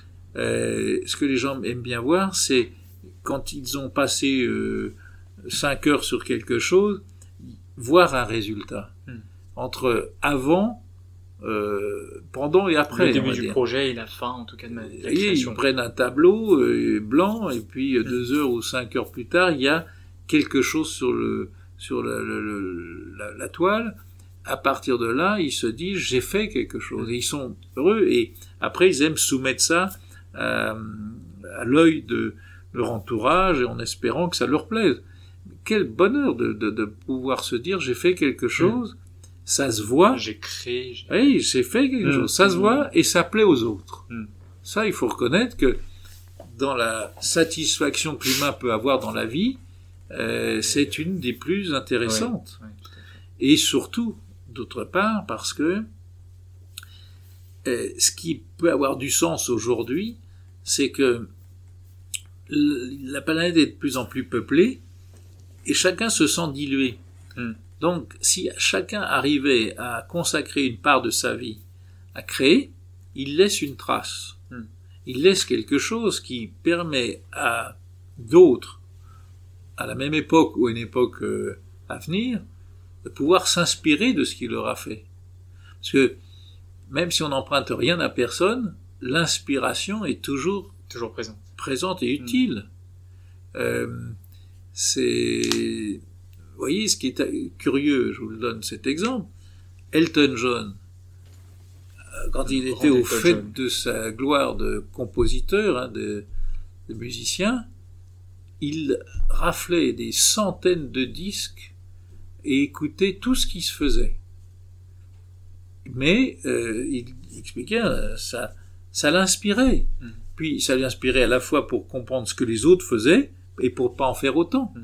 Ce que les gens aiment bien voir, c'est quand ils ont passé 5 heures sur quelque chose, voir un résultat. Entre avant, pendant et après. Le début du projet et la fin, en tout cas, de la création. Ils prennent un tableau blanc, et puis 2 heures ou 5 heures plus tard, il y a quelque chose sur la toile. À partir de là, ils se disent, j'ai fait quelque chose. Et ils sont heureux, et après, ils aiment soumettre ça à l'œil de leur entourage, et en espérant que ça leur plaise. Quel bonheur de pouvoir se dire, j'ai fait quelque chose, ça se voit. J'ai créé. Oui, j'ai fait quelque chose. Ça se voit et ça plaît aux autres. Ça, il faut reconnaître que dans la satisfaction que l'humain peut avoir dans la vie, c'est une des plus intéressantes. Ouais, tout à fait. Et surtout, d'autre part, parce que ce qui peut avoir du sens aujourd'hui, c'est que la planète est de plus en plus peuplée et chacun se sent dilué. Donc, si chacun arrivait à consacrer une part de sa vie à créer, il laisse une trace. Il laisse quelque chose qui permet à d'autres, à la même époque ou à une époque à venir, de pouvoir s'inspirer de ce qu'il leur a fait. Parce que même si on n'emprunte rien à personne, l'inspiration est toujours présente et utile. Vous voyez, ce qui est curieux, je vous le donne cet exemple, Elton John, quand il était au fait de sa gloire de compositeur, de musicien, il raflait des centaines de disques et écoutait tout ce qui se faisait. Mais il expliquait, ça l'inspirait. Puis ça l'inspirait à la fois pour comprendre ce que les autres faisaient et pour pas en faire autant.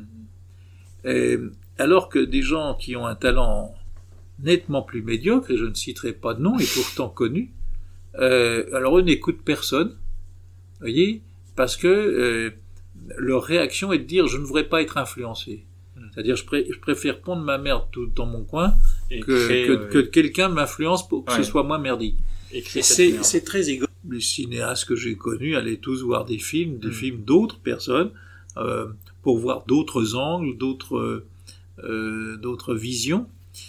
Alors que des gens qui ont un talent nettement plus médiocre, et je ne citerai pas de nom, et pourtant connus, alors eux n'écoutent personne, voyez, parce que leur réaction est de dire « je ne voudrais pas être influencé ». C'est-à-dire je préfère pondre ma merde tout dans mon coin que quelqu'un m'influence pour que ce soit moins merdique. C'est très égoïste. Les cinéastes que j'ai connus allaient tous voir des films d'autres personnes pour voir d'autres angles, d'autres visions,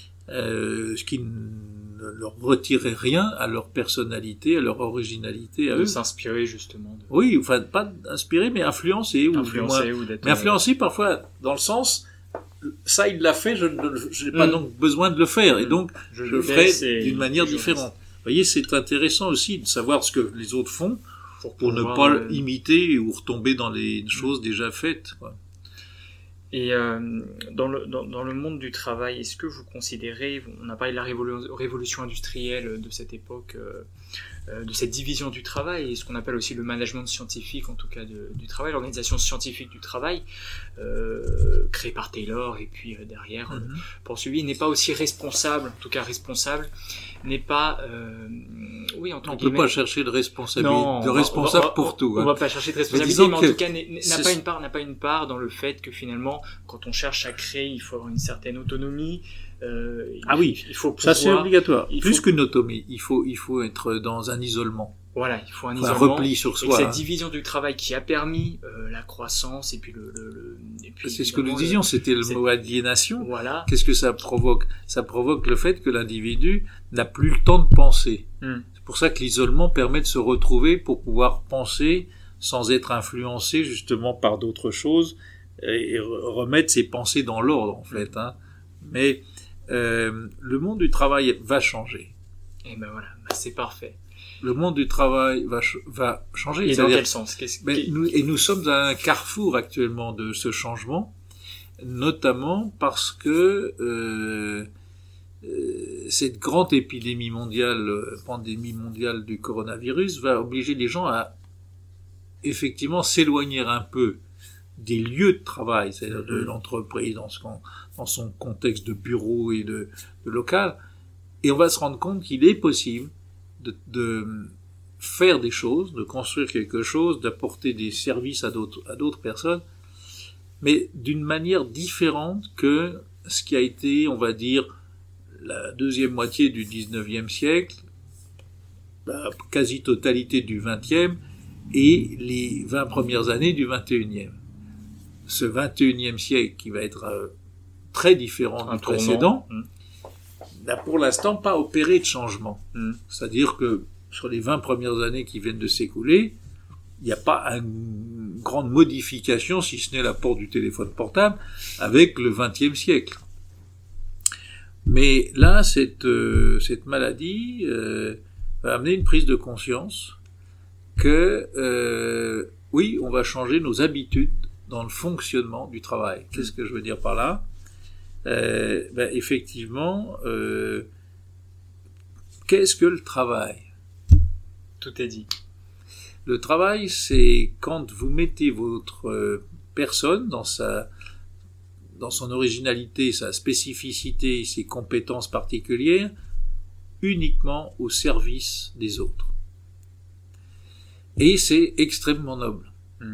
ce qui ne leur retirait rien à leur personnalité, à leur originalité, à eux. De s'inspirer justement. Oui, enfin pas d'inspirer, mais influencer mais influencer parfois dans le sens, ça il l'a fait, je n'ai pas donc besoin de le faire, et donc je le ferai d'une manière différente. Vous voyez, c'est intéressant aussi de savoir ce que les autres font pour ne pas imiter ou retomber dans les choses déjà faites, quoi. Et dans le monde du travail, est-ce que vous considérez, on a parlé de la révolution industrielle de cette époque, de cette division du travail, et ce qu'on appelle aussi le management scientifique, en tout cas du travail, l'organisation scientifique du travail, créée par Taylor, et puis derrière poursuivi, n'est pas aussi responsable, en tout cas responsable, n'est pas... oui, entre guillemets... On ne peut pas chercher de responsable pour tout. On ne va pas chercher de responsabilité, mais en tout cas n'a pas une part dans le fait que finalement, quand on cherche à créer, il faut avoir une certaine autonomie. Il faut pouvoir, ça c'est obligatoire. Plus qu'une autonomie, il faut être dans un isolement. Voilà, il faut un isolement, un repli sur soi. Et cette division du travail qui a permis la croissance et puis c'est ce que nous disions, c'était le mot aliénation. Voilà. Qu'est-ce que ça provoque ? Ça provoque le fait que l'individu n'a plus le temps de penser. C'est pour ça que l'isolement permet de se retrouver pour pouvoir penser sans être influencé justement par d'autres choses et remettre ses pensées dans l'ordre en fait. Mais le monde du travail va changer. Et ben voilà, c'est parfait. Le monde du travail va changer. Et dans quel sens ? Nous sommes à un carrefour actuellement de ce changement, notamment parce que cette grande épidémie mondiale, pandémie mondiale du coronavirus, va obliger les gens à effectivement s'éloigner un peu des lieux de travail, c'est-à-dire de l'entreprise dans son contexte de bureau et de local, et on va se rendre compte qu'il est possible de faire des choses, de construire quelque chose, d'apporter des services à d'autres personnes, mais d'une manière différente que ce qui a été, on va dire, la deuxième moitié du 19e siècle, la quasi-totalité du 20e et les 20 premières années du 21e. Ce 21e siècle qui va être très différent du précédent, n'a pour l'instant pas opéré de changement. C'est-à-dire que sur les 20 premières années qui viennent de s'écouler, il n'y a pas une grande modification, si ce n'est l'apport du téléphone portable, avec le 20e siècle. Mais là, cette maladie va amener une prise de conscience que, oui, on va changer nos habitudes dans le fonctionnement du travail. Qu'est-ce que je veux dire par là ? Effectivement, qu'est-ce que le travail ? Tout est dit. Le travail, c'est quand vous mettez votre personne dans son originalité, sa spécificité, ses compétences particulières, uniquement au service des autres. Et c'est extrêmement noble.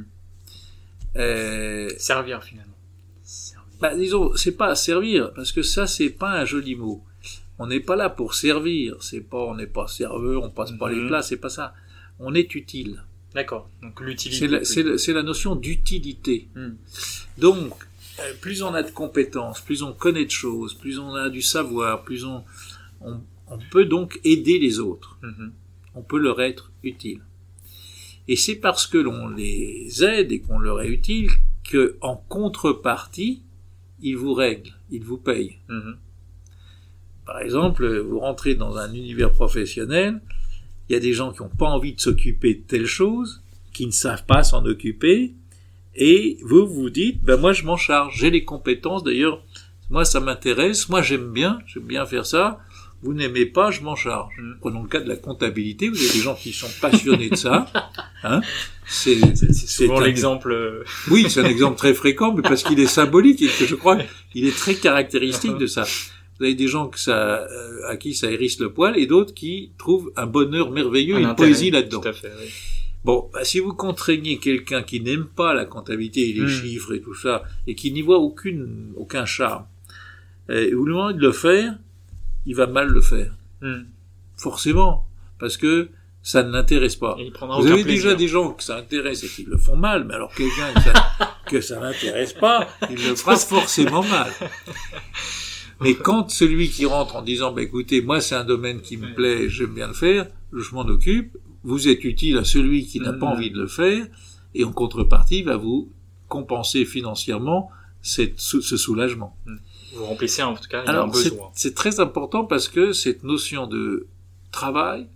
Servir finalement. Disons, c'est pas servir, parce que ça, c'est pas un joli mot. On n'est pas là pour servir, on n'est pas serveur, on passe pas les plats, c'est pas ça. On est utile. D'accord. Donc l'utilité. C'est la notion d'utilité. Donc, plus on a de compétences, plus on connaît de choses, plus on a du savoir, plus on peut donc aider les autres. On peut leur être utile. Et c'est parce que l'on les aide et qu'on leur est utile que, en contrepartie, ils vous règlent, ils vous payent. Par exemple, vous rentrez dans un univers professionnel, il y a des gens qui n'ont pas envie de s'occuper de telle chose, qui ne savent pas s'en occuper, et vous dites, moi je m'en charge, j'ai les compétences, d'ailleurs, moi ça m'intéresse, moi j'aime bien faire ça, vous n'aimez pas, je m'en charge. Prenons le cas de la comptabilité, vous avez des gens qui sont passionnés de ça, hein. C'est souvent l'exemple. Oui, c'est un exemple très fréquent, mais parce qu'il est symbolique et que je crois qu'il est très caractéristique de ça. Vous avez des gens à qui ça hérisse le poil et d'autres qui trouvent un bonheur merveilleux et une poésie là-dedans. Tout à fait, oui. Bon, si vous contraignez quelqu'un qui n'aime pas la comptabilité et les chiffres et tout ça, et qui n'y voit aucun charme, et vous lui demandez de le faire, il va mal le faire. Forcément. Parce que ça ne l'intéresse pas. Vous avez déjà des gens que ça intéresse et qui le font mal, mais alors quelqu'un que ça n'intéresse pas, il le fera forcément mal. Mais quand celui qui rentre en disant, écoutez, moi c'est un domaine qui me plaît, j'aime bien le faire, je m'en occupe, vous êtes utile à celui qui n'a pas envie de le faire, et en contrepartie, va vous compenser financièrement ce soulagement. Vous remplissez en tout cas un besoin. C'est très important parce que cette notion de travail,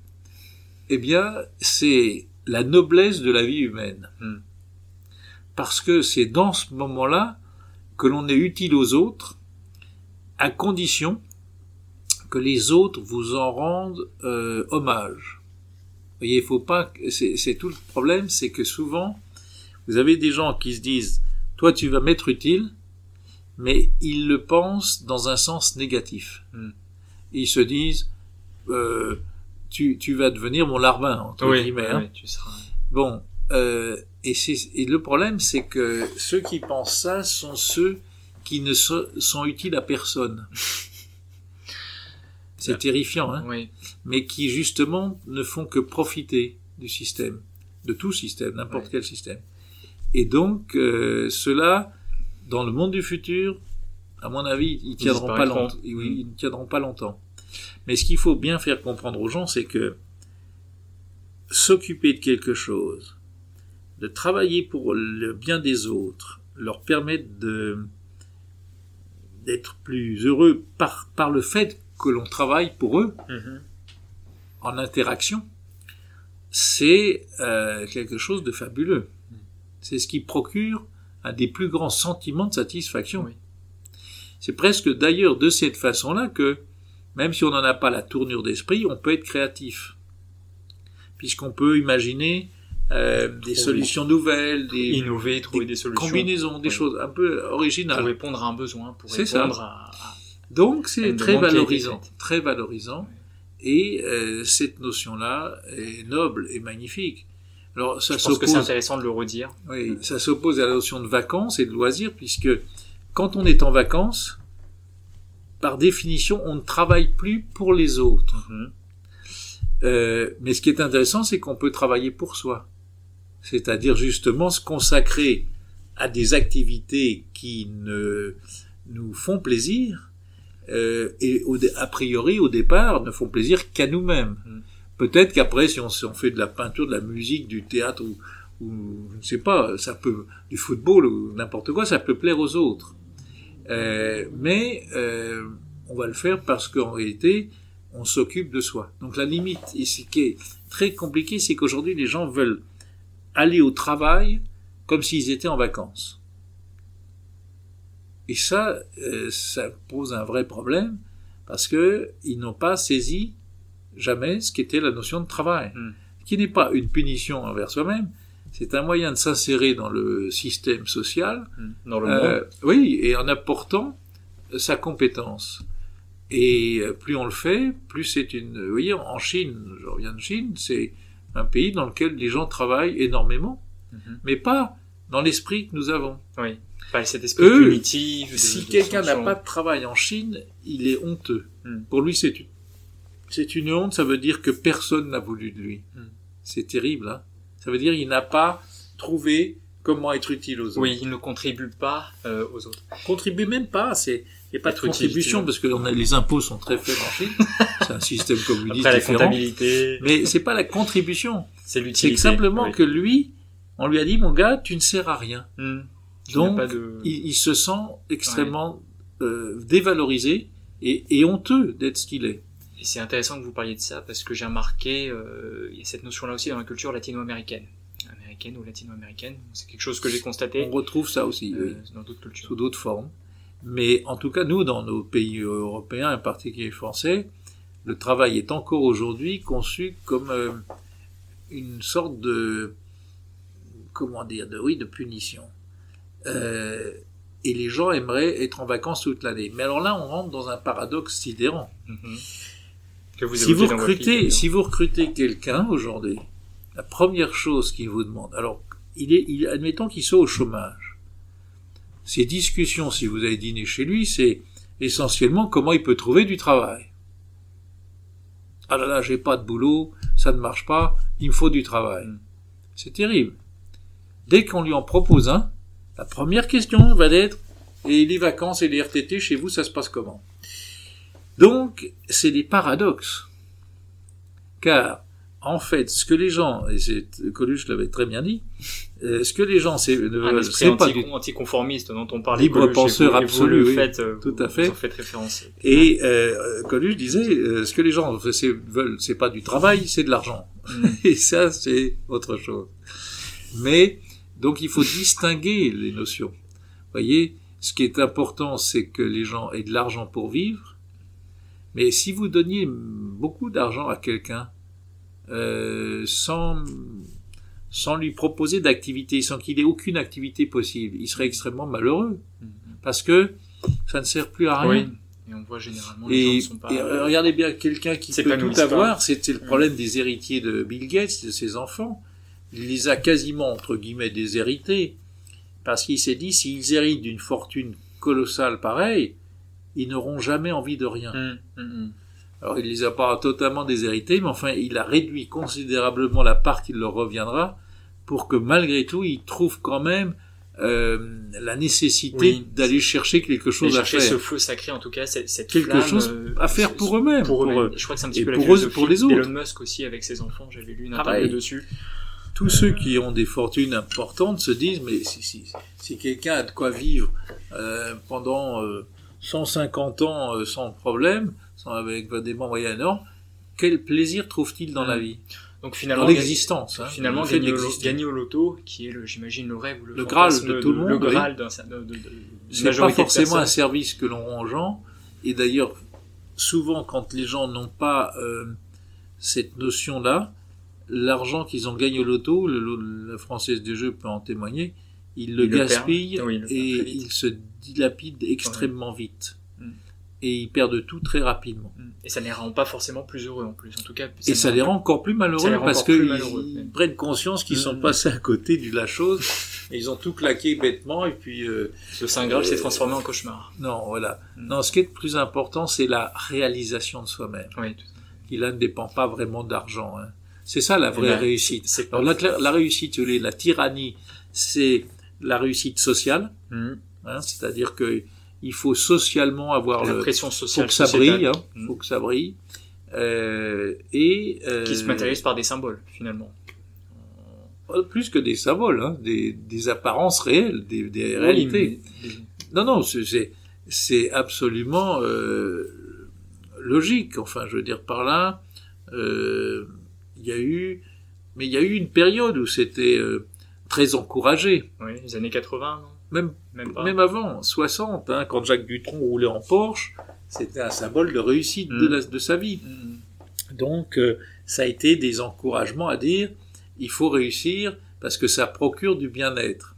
c'est la noblesse de la vie humaine. Parce que c'est dans ce moment-là que l'on est utile aux autres, à condition que les autres vous en rendent hommage. Vous voyez, il faut pas. C'est tout le problème, c'est que souvent vous avez des gens qui se disent, toi tu vas m'être utile, mais ils le pensent dans un sens négatif. Ils se disent, tu vas devenir mon larbin, entre guillemets. Oui, tu seras... Bon, et le problème, c'est que ceux qui pensent ça sont ceux qui ne sont utiles à personne. C'est terrifiant, hein. Oui. Mais qui, justement, ne font que profiter du système, de tout système, n'importe quel système. Et donc, ceux-là, dans le monde du futur, à mon avis, ils tiendront pas longtemps. Ils ne tiendront pas longtemps. Mais ce qu'il faut bien faire comprendre aux gens, c'est que s'occuper de quelque chose, de travailler pour le bien des autres, leur permettre d'être plus heureux par le fait que l'on travaille pour eux, en interaction, c'est quelque chose de fabuleux. C'est ce qui procure un des plus grands sentiments de satisfaction. Oui. C'est presque d'ailleurs de cette façon-là que, même si on n'en a pas la tournure d'esprit, on peut être créatif. Puisqu'on peut imaginer des solutions nouvelles, innover, trouver des solutions, combinaisons, des choses un peu originales. Pour répondre à un besoin, pour répondre à donc c'est très valorisant, très valorisant. Et cette notion-là est noble et magnifique. Alors, je pense que c'est intéressant de le redire. Oui, ça s'oppose à la notion de vacances et de loisirs, puisque quand on est en vacances, par définition, on ne travaille plus pour les autres. Mais ce qui est intéressant, c'est qu'on peut travailler pour soi. C'est-à-dire justement se consacrer à des activités qui nous font plaisir, et a priori, au départ, ne font plaisir qu'à nous-mêmes. Peut-être qu'après, si on fait de la peinture, de la musique, du théâtre, ou je ne sais pas, ça peut, du football ou n'importe quoi, ça peut plaire aux autres. Mais on va le faire parce qu'en réalité, on s'occupe de soi. Donc la limite, et ce qui est très compliqué, c'est qu'aujourd'hui, les gens veulent aller au travail comme s'ils étaient en vacances. Et ça pose un vrai problème, parce que ils n'ont pas saisi jamais ce qu'était la notion de travail. qui n'est pas une punition envers soi-même, c'est un moyen de s'insérer dans le système social, dans le monde. Oui, et en apportant sa compétence. Et plus on le fait, plus c'est une... Vous voyez, en Chine, je reviens de Chine, c'est un pays dans lequel les gens travaillent énormément, mais pas dans l'esprit que nous avons. Oui, pas cet esprit punitif. Si quelqu'un n'a pas de travail en Chine, il est honteux. Pour lui, c'est une honte, ça veut dire que personne n'a voulu de lui. C'est terrible, hein. Ça veut dire qu'il n'a pas trouvé comment être utile aux autres. Oui, il ne contribue pas aux autres. Contribue même pas, il n'y a pas de contribution, parce que les impôts sont très faibles en Chine. C'est un système communiste après, différent. La comptabilité. Mais c'est pas la contribution. C'est l'utilité. C'est simplement que lui, on lui a dit, mon gars, tu ne sers à rien. Donc, il se sent extrêmement dévalorisé et honteux d'être ce qu'il est. Et c'est intéressant que vous parliez de ça, parce que j'ai remarqué, il y a cette notion-là aussi dans la culture latino-américaine. Américaine ou latino-américaine, c'est quelque chose que j'ai constaté. On retrouve ça aussi, oui, dans d'autres cultures. Sous d'autres formes. Mais en tout cas, nous, dans nos pays européens, en particulier français, le travail est encore aujourd'hui conçu comme une sorte de, de punition. Et les gens aimeraient être en vacances toute l'année. Mais alors là, on rentre dans un paradoxe sidérant. Si vous recrutez quelqu'un aujourd'hui, la première chose qu'il vous demande, alors, admettons qu'il soit au chômage. Ces discussions, si vous avez dîné chez lui, c'est essentiellement comment il peut trouver du travail. Ah là là, j'ai pas de boulot, ça ne marche pas, il me faut du travail. C'est terrible. Dès qu'on lui en propose un, la première question va être, et les vacances et les RTT, chez vous, ça se passe comment? Donc, c'est des paradoxes. Car, en fait, ce que les gens, et Coluche l'avait très bien dit, ce que les gens, c'est pas anticonformiste dont on parlait. Libre penseur absolu, vous le faites, tout à fait. Vous en faites référence. Et Coluche disait, ce que les gens veulent, c'est pas du travail, c'est de l'argent. Et ça, c'est autre chose. Mais donc, il faut distinguer les notions. Vous voyez, ce qui est important, c'est que les gens aient de l'argent pour vivre. Mais si vous donniez beaucoup d'argent à quelqu'un, sans lui proposer d'activité, sans qu'il ait aucune activité possible, il serait extrêmement malheureux. Parce que ça ne sert plus à rien. Oui. Et on voit généralement les gens ne sont pas... Et regardez bien, quelqu'un qui peut tout avoir, c'était le problème des héritiers de Bill Gates, de ses enfants. Il les a quasiment, entre guillemets, déshérités. Parce qu'il s'est dit, s'ils héritent d'une fortune colossale pareille, ils n'auront jamais envie de rien. Alors, il les a pas totalement déshérités, mais enfin, il a réduit considérablement la part qui leur reviendra pour que, malgré tout, ils trouvent quand même la nécessité d'aller chercher quelque chose à faire. Ce feu sacré, en tout cas, cette quelque flamme, chose à faire pour eux-mêmes. Je crois que c'est un petit peu la philosophie pour les autres. Elon Musk aussi, avec ses enfants, j'avais lu une interview dessus. Tous ceux qui ont des fortunes importantes se disent, mais si quelqu'un a de quoi vivre pendant 150 ans sans problème, avec des moyens énormes, quel plaisir trouve-t-il dans la vie? Donc finalement, dans l'existence. Finalement, gagner au loto, qui est, j'imagine, le rêve ou le Graal de tout le monde. Le Graal c'est pas forcément un service que l'on rend aux gens. Et d'ailleurs, souvent, quand les gens n'ont pas cette notion-là, l'argent qu'ils ont gagné au loto, la Française des Jeux peut en témoigner, ils le gaspillent et ils se dilapident extrêmement vite. Et ils perdent tout très rapidement. Et ça ne les rend pas forcément plus heureux en plus. En tout cas, ça les rend encore plus malheureux parce qu'ils prennent conscience qu'ils sont passés à côté de la chose et ils ont tout claqué bêtement et puis... le Saint Graal s'est transformé en cauchemar. Non, voilà. Non, ce qui est le plus important, c'est la réalisation de soi-même. Oui, tout à fait. Qui là ne dépend pas vraiment d'argent. C'est ça la vraie réussite. Alors la réussite, la tyrannie, c'est la réussite sociale. C'est-à-dire que il faut socialement avoir la pression sociale. Faut que ça brille, faut que ça brille. Qui se matérialise par des symboles, finalement. Plus que des symboles, des apparences réelles, des réalités. Non, c'est absolument logique. Enfin, je veux dire par là, il y a eu une période où c'était très encouragé. Oui, les années 80, non? Même avant, 60, quand Jacques Dutronc roulait en Porsche, c'était un symbole de réussite de sa vie. Donc, ça a été des encouragements à dire, il faut réussir parce que ça procure du bien-être.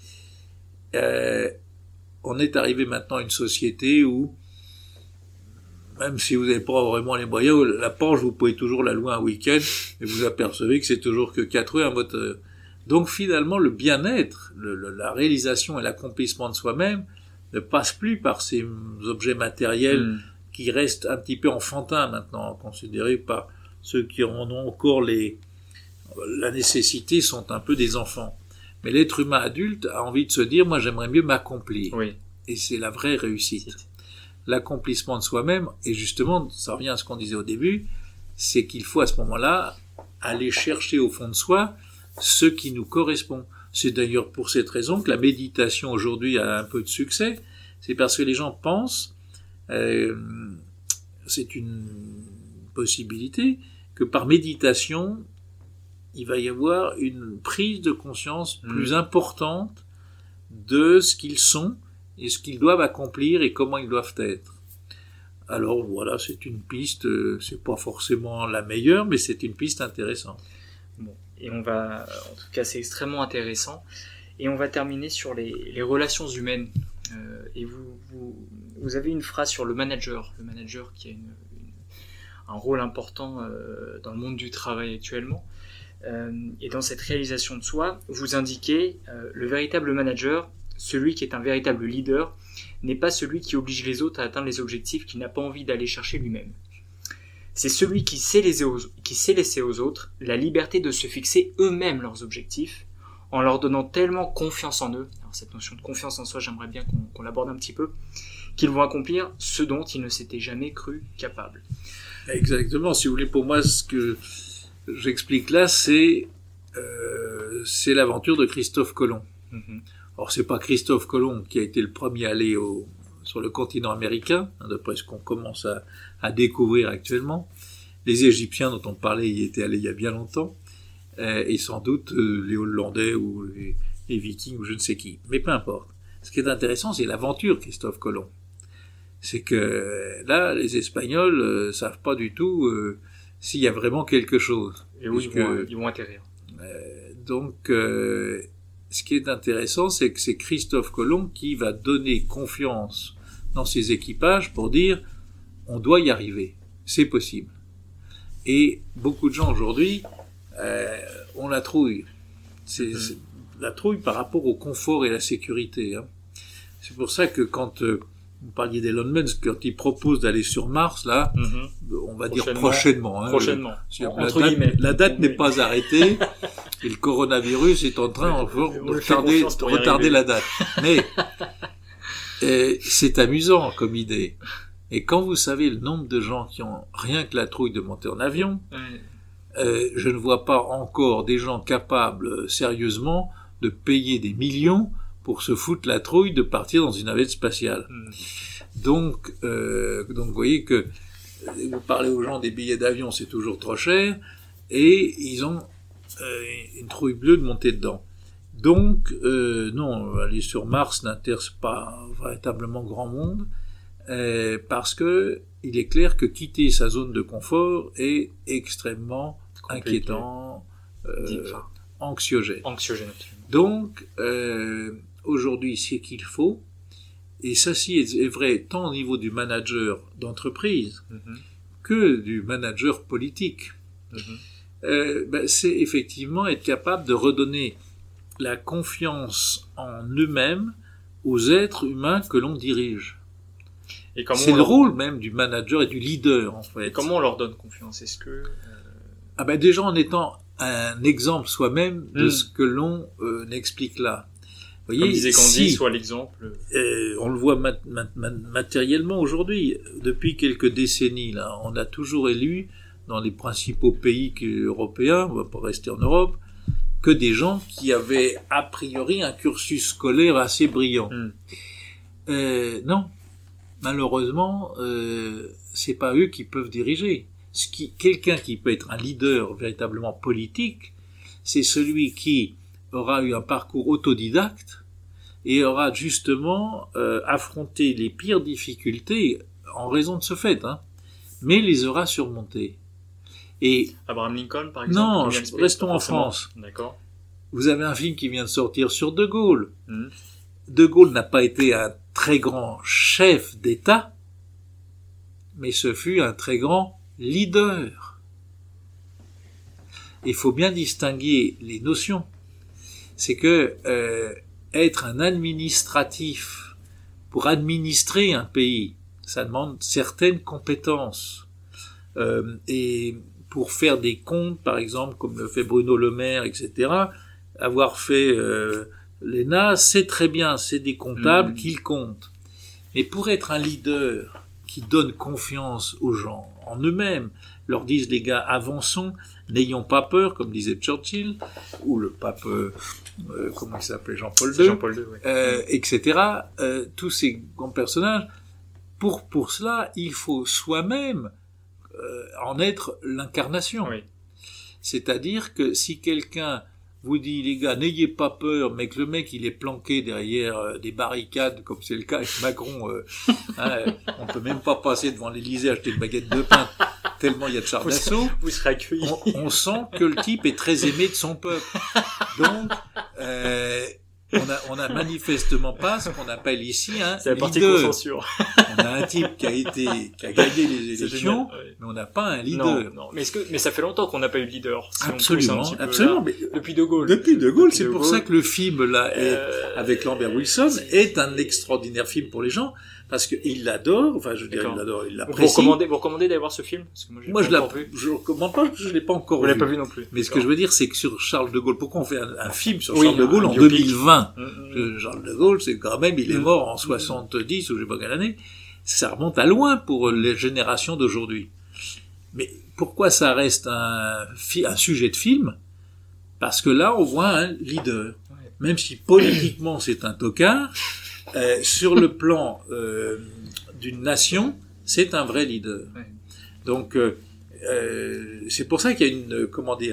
On est arrivé maintenant à une société où, même si vous n'avez pas vraiment les moyens, la Pange, vous pouvez toujours la louer un week-end, et vous apercevez que c'est toujours que 4 heures un moteur. Donc finalement, le bien-être, la réalisation et l'accomplissement de soi-même ne passe plus par ces objets matériels qui restent un petit peu enfantins maintenant, considérés par ceux qui en ont encore la nécessité, sont un peu des enfants. Mais l'être humain adulte a envie de se dire, moi j'aimerais mieux m'accomplir. Oui. Et c'est la vraie réussite. L'accomplissement de soi-même, et justement, ça revient à ce qu'on disait au début, c'est qu'il faut à ce moment-là aller chercher au fond de soi ce qui nous correspond. C'est d'ailleurs pour cette raison que la méditation aujourd'hui a un peu de succès. C'est parce que les gens pensent, c'est une possibilité, que par méditation, il va y avoir une prise de conscience plus importante de ce qu'ils sont et ce qu'ils doivent accomplir et comment ils doivent être. Alors voilà, c'est une piste, c'est pas forcément la meilleure, mais c'est une piste intéressante. Bon, et on va, en tout cas c'est extrêmement intéressant, et on va terminer sur les relations humaines. Et vous avez une phrase sur le manager qui a un rôle important dans le monde du travail actuellement. Et dans cette réalisation de soi, vous indiquez le véritable manager, celui qui est un véritable leader, n'est pas celui qui oblige les autres à atteindre les objectifs qu'il n'a pas envie d'aller chercher lui-même. C'est celui qui sait laisser aux autres la liberté de se fixer eux-mêmes leurs objectifs, en leur donnant tellement confiance en eux. Alors cette notion de confiance en soi, j'aimerais bien qu'on l'aborde un petit peu, qu'ils vont accomplir ce dont ils ne s'étaient jamais cru capables. Exactement. Si vous voulez, pour moi, ce que j'explique là, c'est l'aventure de Christophe Colomb. Alors, c'est pas Christophe Colomb qui a été le premier à aller sur le continent américain, d'après ce qu'on commence à découvrir actuellement. Les Égyptiens dont on parlait y étaient allés il y a bien longtemps, et sans doute les Hollandais ou les Vikings ou je ne sais qui. Mais peu importe. Ce qui est intéressant, c'est l'aventure Christophe Colomb. C'est que là, les Espagnols savent pas du tout s'il y a vraiment quelque chose. Et où ils vont atterrir. Donc, ce qui est intéressant, c'est que c'est Christophe Colomb qui va donner confiance dans ses équipages pour dire on doit y arriver, c'est possible. Et beaucoup de gens aujourd'hui ont la trouille. C'est la trouille par rapport au confort et la sécurité. C'est pour ça que quand vous parliez d'Elon Musk, quand il propose d'aller sur Mars, là, on va dire prochainement. Prochainement. La date n'est pas arrêtée, et le coronavirus est en train encore de retarder la date. Mais c'est amusant comme idée. Et quand vous savez le nombre de gens qui ont rien que la trouille de monter en avion, je ne vois pas encore des gens capables, sérieusement, de payer des millions pour se foutre la trouille de partir dans une navette spatiale. Donc vous voyez que vous parlez aux gens des billets d'avion, c'est toujours trop cher, et ils ont une trouille bleue de monter dedans. Donc, non, aller sur Mars n'intéresse pas véritablement grand monde, parce que il est clair que quitter sa zone de confort est extrêmement inquiétant, anxiogène. Donc, aujourd'hui, c'est qu'il faut, et ça est vrai tant au niveau du manager d'entreprise que du manager politique. C'est effectivement être capable de redonner la confiance en eux-mêmes aux êtres humains que l'on dirige. C'est le rôle même du manager et du leader, en fait. Et comment on leur donne confiance? Est-ce que déjà en étant un exemple soi-même de ce que l'on explique là. Vous voyez, comme disait Gandhi, soit l'exemple. On le voit matériellement aujourd'hui. Depuis quelques décennies, là, on a toujours élu dans les principaux pays européens, on va pas rester en Europe, que des gens qui avaient a priori un cursus scolaire assez brillant. Non, malheureusement, c'est pas eux qui peuvent diriger. Quelqu'un qui peut être un leader véritablement politique, c'est celui qui aura eu un parcours autodidacte et aura justement affronté les pires difficultés en raison de ce fait, mais les aura surmontées. Et Abraham Lincoln, par exemple. non, restons en France. D'accord. Vous avez un film qui vient de sortir sur De Gaulle. Mmh. De Gaulle n'a pas été un très grand chef d'État, mais ce fut un très grand leader. Il faut bien distinguer les notions. C'est que être un administratif pour administrer un pays, ça demande certaines compétences. Et pour faire des comptes, par exemple, comme le fait Bruno Le Maire, etc., avoir fait l'ENA, c'est très bien, c'est des comptables qu'ils comptent. Mais pour être un leader qui donne confiance aux gens en eux-mêmes, leur disent les gars, avançons, n'ayons pas peur, comme disait Churchill, ou le pape, comment il s'appelait, Jean-Paul II, ouais. etc. Tous ces grands personnages. Pour cela, il faut soi-même en être l'incarnation. Oui. C'est-à-dire que si quelqu'un vous dit, les gars, n'ayez pas peur, mais que le mec, il est planqué derrière des barricades, comme c'est le cas avec Macron, on peut même pas passer devant l'Élysée acheter une baguette de pain, tellement il y a de chars d'assaut. Vous serez accueillis. On sent que le type est très aimé de son peuple. Donc, on a manifestement pas ce qu'on appelle ici un c'est la partie leader. consensuel. On a un type qui a gagné les élections, génial, ouais. mais on n'a pas un leader. Non. Mais ça fait longtemps qu'on n'a pas eu de leader. Si Absolument. Là, depuis De Gaulle. Depuis De Gaulle, c'est pour ça que le film là, avec Lambert Wilson, est un extraordinaire film pour les gens, parce qu'il l'adore. Enfin, je veux dire, il l'adore, il l'apprécie. Vous recommandez d'aller voir ce film? Parce que moi, je le recommande pas, parce que je l'ai pas encore vu. Vous l'avez pas vu non plus. Mais ce que je veux dire, c'est que sur Charles de Gaulle, pourquoi on fait un film sur Charles de Gaulle en 2020? Charles de Gaulle, c'est quand même, il est mort en 70 ou je sais pas quelle année. Ça remonte à loin pour les générations d'aujourd'hui. Mais pourquoi ça reste un sujet de film? Parce que là, on voit un leader. Même si politiquement c'est un tocard, sur le plan d'une nation, c'est un vrai leader. Donc, c'est pour ça qu'il y a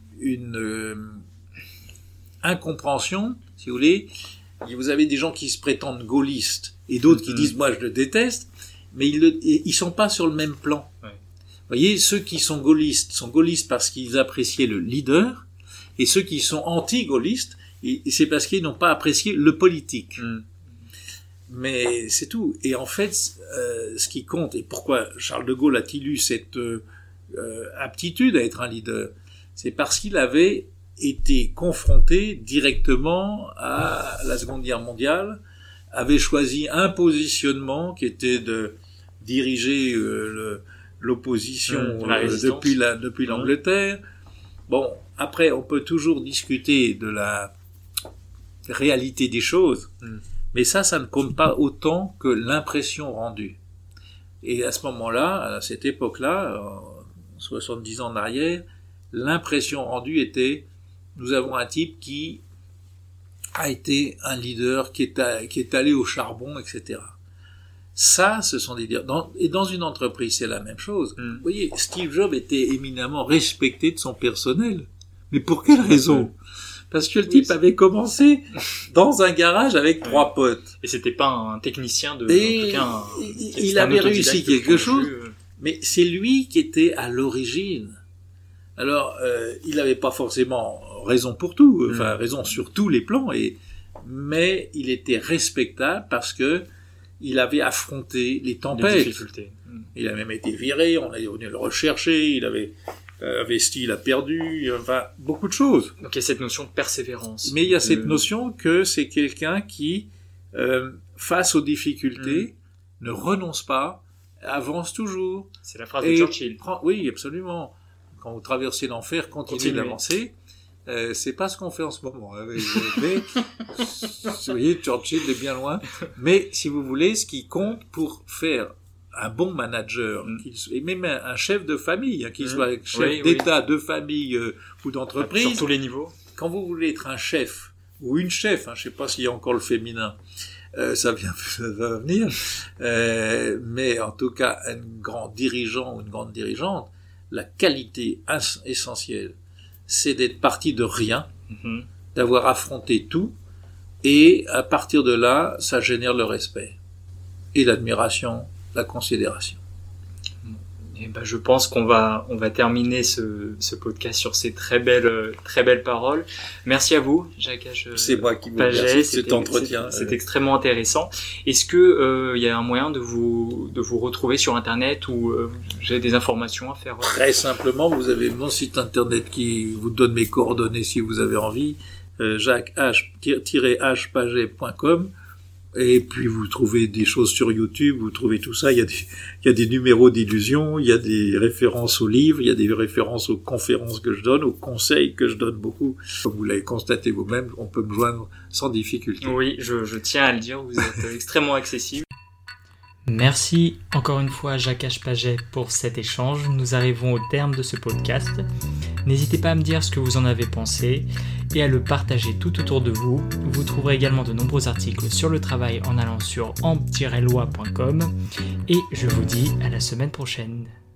une incompréhension, si vous voulez. Vous avez des gens qui se prétendent gaullistes et d'autres qui disent moi je le déteste, mais ils sont pas sur le même plan. Vous voyez, ceux qui sont gaullistes parce qu'ils appréciaient le leader, et ceux qui sont anti-gaullistes, c'est parce qu'ils n'ont pas apprécié le politique. Mais c'est tout. Et en fait, ce qui compte, et pourquoi Charles de Gaulle a-t-il eu cette aptitude à être un leader, c'est parce qu'il avait été confronté directement à la Seconde Guerre mondiale, avait choisi un positionnement qui était de diriger l'opposition depuis l'Angleterre. Bon, après, on peut toujours discuter de la réalité des choses, mais ça ne compte pas autant que l'impression rendue. Et à ce moment-là, à cette époque-là, 70 ans en arrière, l'impression rendue était nous avons un type qui a été un leader, qui est allé au charbon, etc. Ça, ce sont des leaders. Et dans une entreprise, c'est la même chose. Vous voyez, Steve Jobs était éminemment respecté de son personnel. Mais pour quelle raison? Parce que le type avait commencé dans un garage avec 3 potes. Et c'était pas un technicien en tout cas il avait réussi quelque chose, mais c'est lui qui était à l'origine. Alors, il n'avait pas forcément raison pour tout, enfin raison sur tous les plans, mais il était respectable parce que il avait affronté les tempêtes. Les difficultés. Il a même été viré, on est venu le rechercher, il avait investi, il a perdu, enfin beaucoup de choses. Donc il y a cette notion de persévérance. Mais il y a cette notion que c'est quelqu'un qui, face aux difficultés, ne renonce pas, avance toujours. C'est la phrase de Churchill. Oui, absolument. Quand vous traversez l'enfer, continuez d'avancer. C'est pas ce qu'on fait en ce moment. Mais, vous voyez, Churchill est bien loin. Mais si vous voulez, ce qui compte pour faire un bon manager, et même un chef de famille, qu'il soit chef d'État, de famille ou d'entreprise, sur tous les niveaux. Quand vous voulez être un chef ou une chef, je sais pas s'il y a encore le féminin, ça va venir, mais en tout cas un grand dirigeant ou une grande dirigeante, la qualité essentielle, c'est d'être parti de rien, d'avoir affronté tout, et à partir de là, ça génère le respect et l'admiration, la considération. Et ben, je pense qu'on va terminer ce podcast sur ces très belles paroles. Merci à vous, Jacques. C'est moi qui vous remercie de cet entretien. C'est extrêmement intéressant. Est-ce que il y a un moyen de vous retrouver sur Internet ou vous avez des informations à faire? Très simplement, vous avez mon site Internet qui vous donne mes coordonnées si vous avez envie, jacques-paget.com. Et puis vous trouvez des choses sur YouTube, vous trouvez tout ça, il y a des numéros d'illusions, il y a des références aux livres, il y a des références aux conférences que je donne, aux conseils que je donne beaucoup. Comme vous l'avez constaté vous-même, on peut me joindre sans difficulté. Oui, je tiens à le dire, vous êtes extrêmement accessible. Merci encore une fois Jacques H. Paget pour cet échange. Nous arrivons au terme de ce podcast. N'hésitez pas à me dire ce que vous en avez pensé et à le partager tout autour de vous. Vous trouverez également de nombreux articles sur le travail en allant sur amp-loi.com et je vous dis à la semaine prochaine.